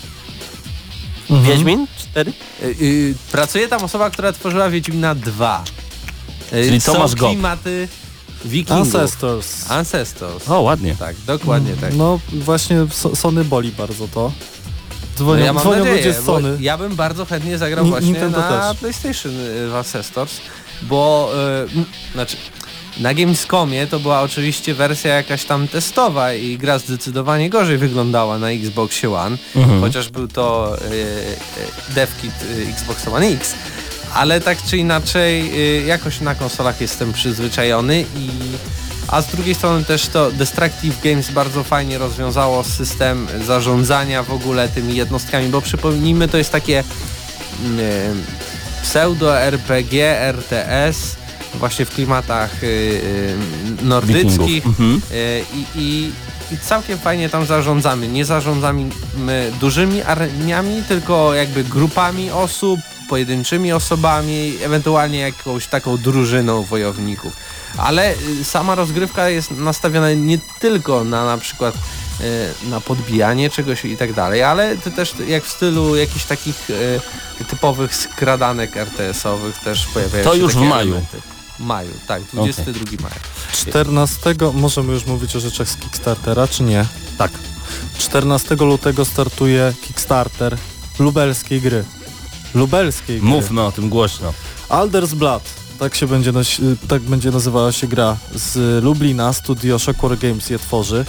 Mhm. Wiedźmin? cztery? Y, y, pracuje tam osoba, która tworzyła Wiedźmina dwa. Y, Czyli są Tomasz Gok. klimaty wikingów. Ancestors. Ancestors. O, ładnie. Tak, dokładnie tak. No właśnie so, Sony boli bardzo to. No Dzwonią, ja mam dzwonią nadzieję, ludzie z bo Sony. ja bym bardzo chętnie zagrał Ni- właśnie Nintendo na też. PlayStation y, w Ancestors, bo y, m, znaczy na Gamescomie to była oczywiście wersja jakaś tam testowa i gra zdecydowanie gorzej wyglądała na Xboxie One, Mhm. chociaż był to y, y, devkit y, Xbox One X, ale tak czy inaczej y, jakoś na konsolach jestem przyzwyczajony i a z drugiej strony też to Destructive Games bardzo fajnie rozwiązało system zarządzania w ogóle tymi jednostkami, bo przypomnijmy, to jest takie mm, pseudo-R P G, R T S, właśnie w klimatach y, y, nordyckich Wikingów. Mhm. y, i, i, i całkiem fajnie tam zarządzamy. Nie zarządzamy dużymi armiami, tylko jakby grupami osób, pojedynczymi osobami, ewentualnie jakąś taką drużyną wojowników. Ale y, sama rozgrywka jest nastawiona nie tylko na na przykład y, na podbijanie czegoś i tak dalej, ale to też jak w stylu jakichś takich y, typowych skradanek R T S-owych też pojawiają To się już w takie maju. elementy. Maju, tak, dwudziestego drugiego maja. czternastego możemy już mówić o rzeczach z Kickstartera, czy nie? Tak. czternastego lutego startuje Kickstarter lubelskiej gry. Lubelskiej gry. Mówmy o tym głośno. Alder's Blood. Tak się będzie, nas- tak będzie nazywała się gra z Lublina. Studio Shockwave Games je tworzy.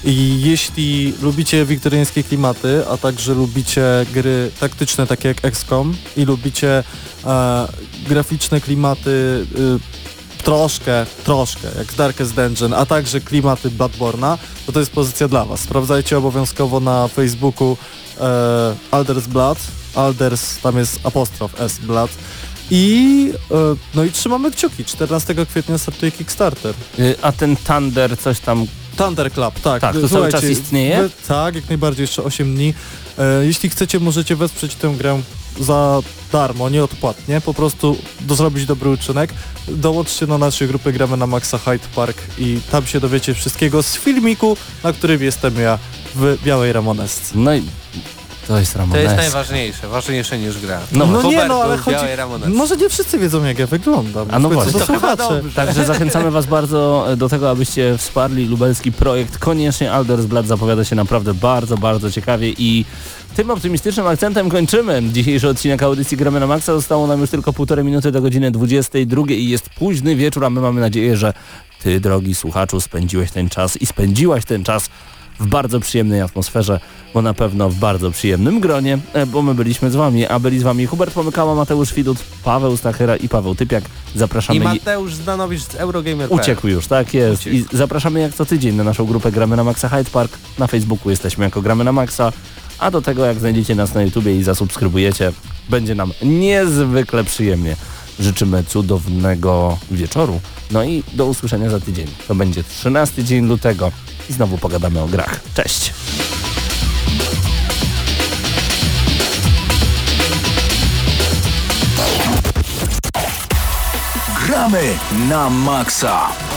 I jeśli lubicie wiktoriańskie klimaty, a także lubicie gry taktyczne takie jak X COM i lubicie e, graficzne klimaty e, troszkę, troszkę jak Darkest Dungeon, a także klimaty Bloodborne'a, to to jest pozycja dla was. Sprawdzajcie obowiązkowo na Facebooku e, Alders Blood, Alders, tam jest apostrof S Blood. I e, no i trzymamy kciuki. czternastego kwietnia startuje Kickstarter. Y, A ten Thunder coś tam... Thunder Club, tak. Tak, to cały Słuchajcie, czas istnieje? wy- tak, jak najbardziej, jeszcze osiem dni. E, jeśli chcecie, możecie wesprzeć tę grę za darmo, nieodpłatnie, po prostu do, zrobić dobry uczynek. Dołączcie do naszej grupy Gramy na Maxa Hyde Park i tam się dowiecie wszystkiego z filmiku, na którym jestem ja w białej ramonesce. No i to jest To Ramones. jest najważniejsze, ważniejsze niż gra. No, No nie, Hubertu no ale w chodzi... białej Ramonesce. Może nie wszyscy wiedzą, jak ja wyglądam. A no W końcu właśnie. to To chyba słuchacze. dobrze. Także zachęcamy was bardzo do tego, abyście wsparli lubelski projekt. Koniecznie Alders Blood zapowiada się naprawdę bardzo, bardzo ciekawie i tym optymistycznym akcentem kończymy dzisiejszy odcinek audycji Gramy na Maxa. Zostało nam już tylko półtorej minuty do godziny dwudziestej drugiej i jest późny wieczór, a my mamy nadzieję, że ty, drogi słuchaczu, spędziłeś ten czas i spędziłaś ten czas w bardzo przyjemnej atmosferze, bo na pewno w bardzo przyjemnym gronie, e, bo my byliśmy z wami, a byli z wami Hubert Pomykała, Mateusz Widut, Paweł Stachyra i Paweł Typiak. Zapraszamy I je- Mateusz Zdanowicz z Eurogamer kropka p l. Uciekł już, tak jest. Uciekł. I zapraszamy jak co tydzień na naszą grupę Gramy na Maxa Hyde Park. Na Facebooku jesteśmy jako Gramy na Maxa, a do tego jak znajdziecie nas na YouTubie i zasubskrybujecie, będzie nam niezwykle przyjemnie. Życzymy cudownego wieczoru. No i do usłyszenia za tydzień. To będzie trzynasty dzień lutego i znowu pogadamy o grach. Cześć! Gramy na maksa.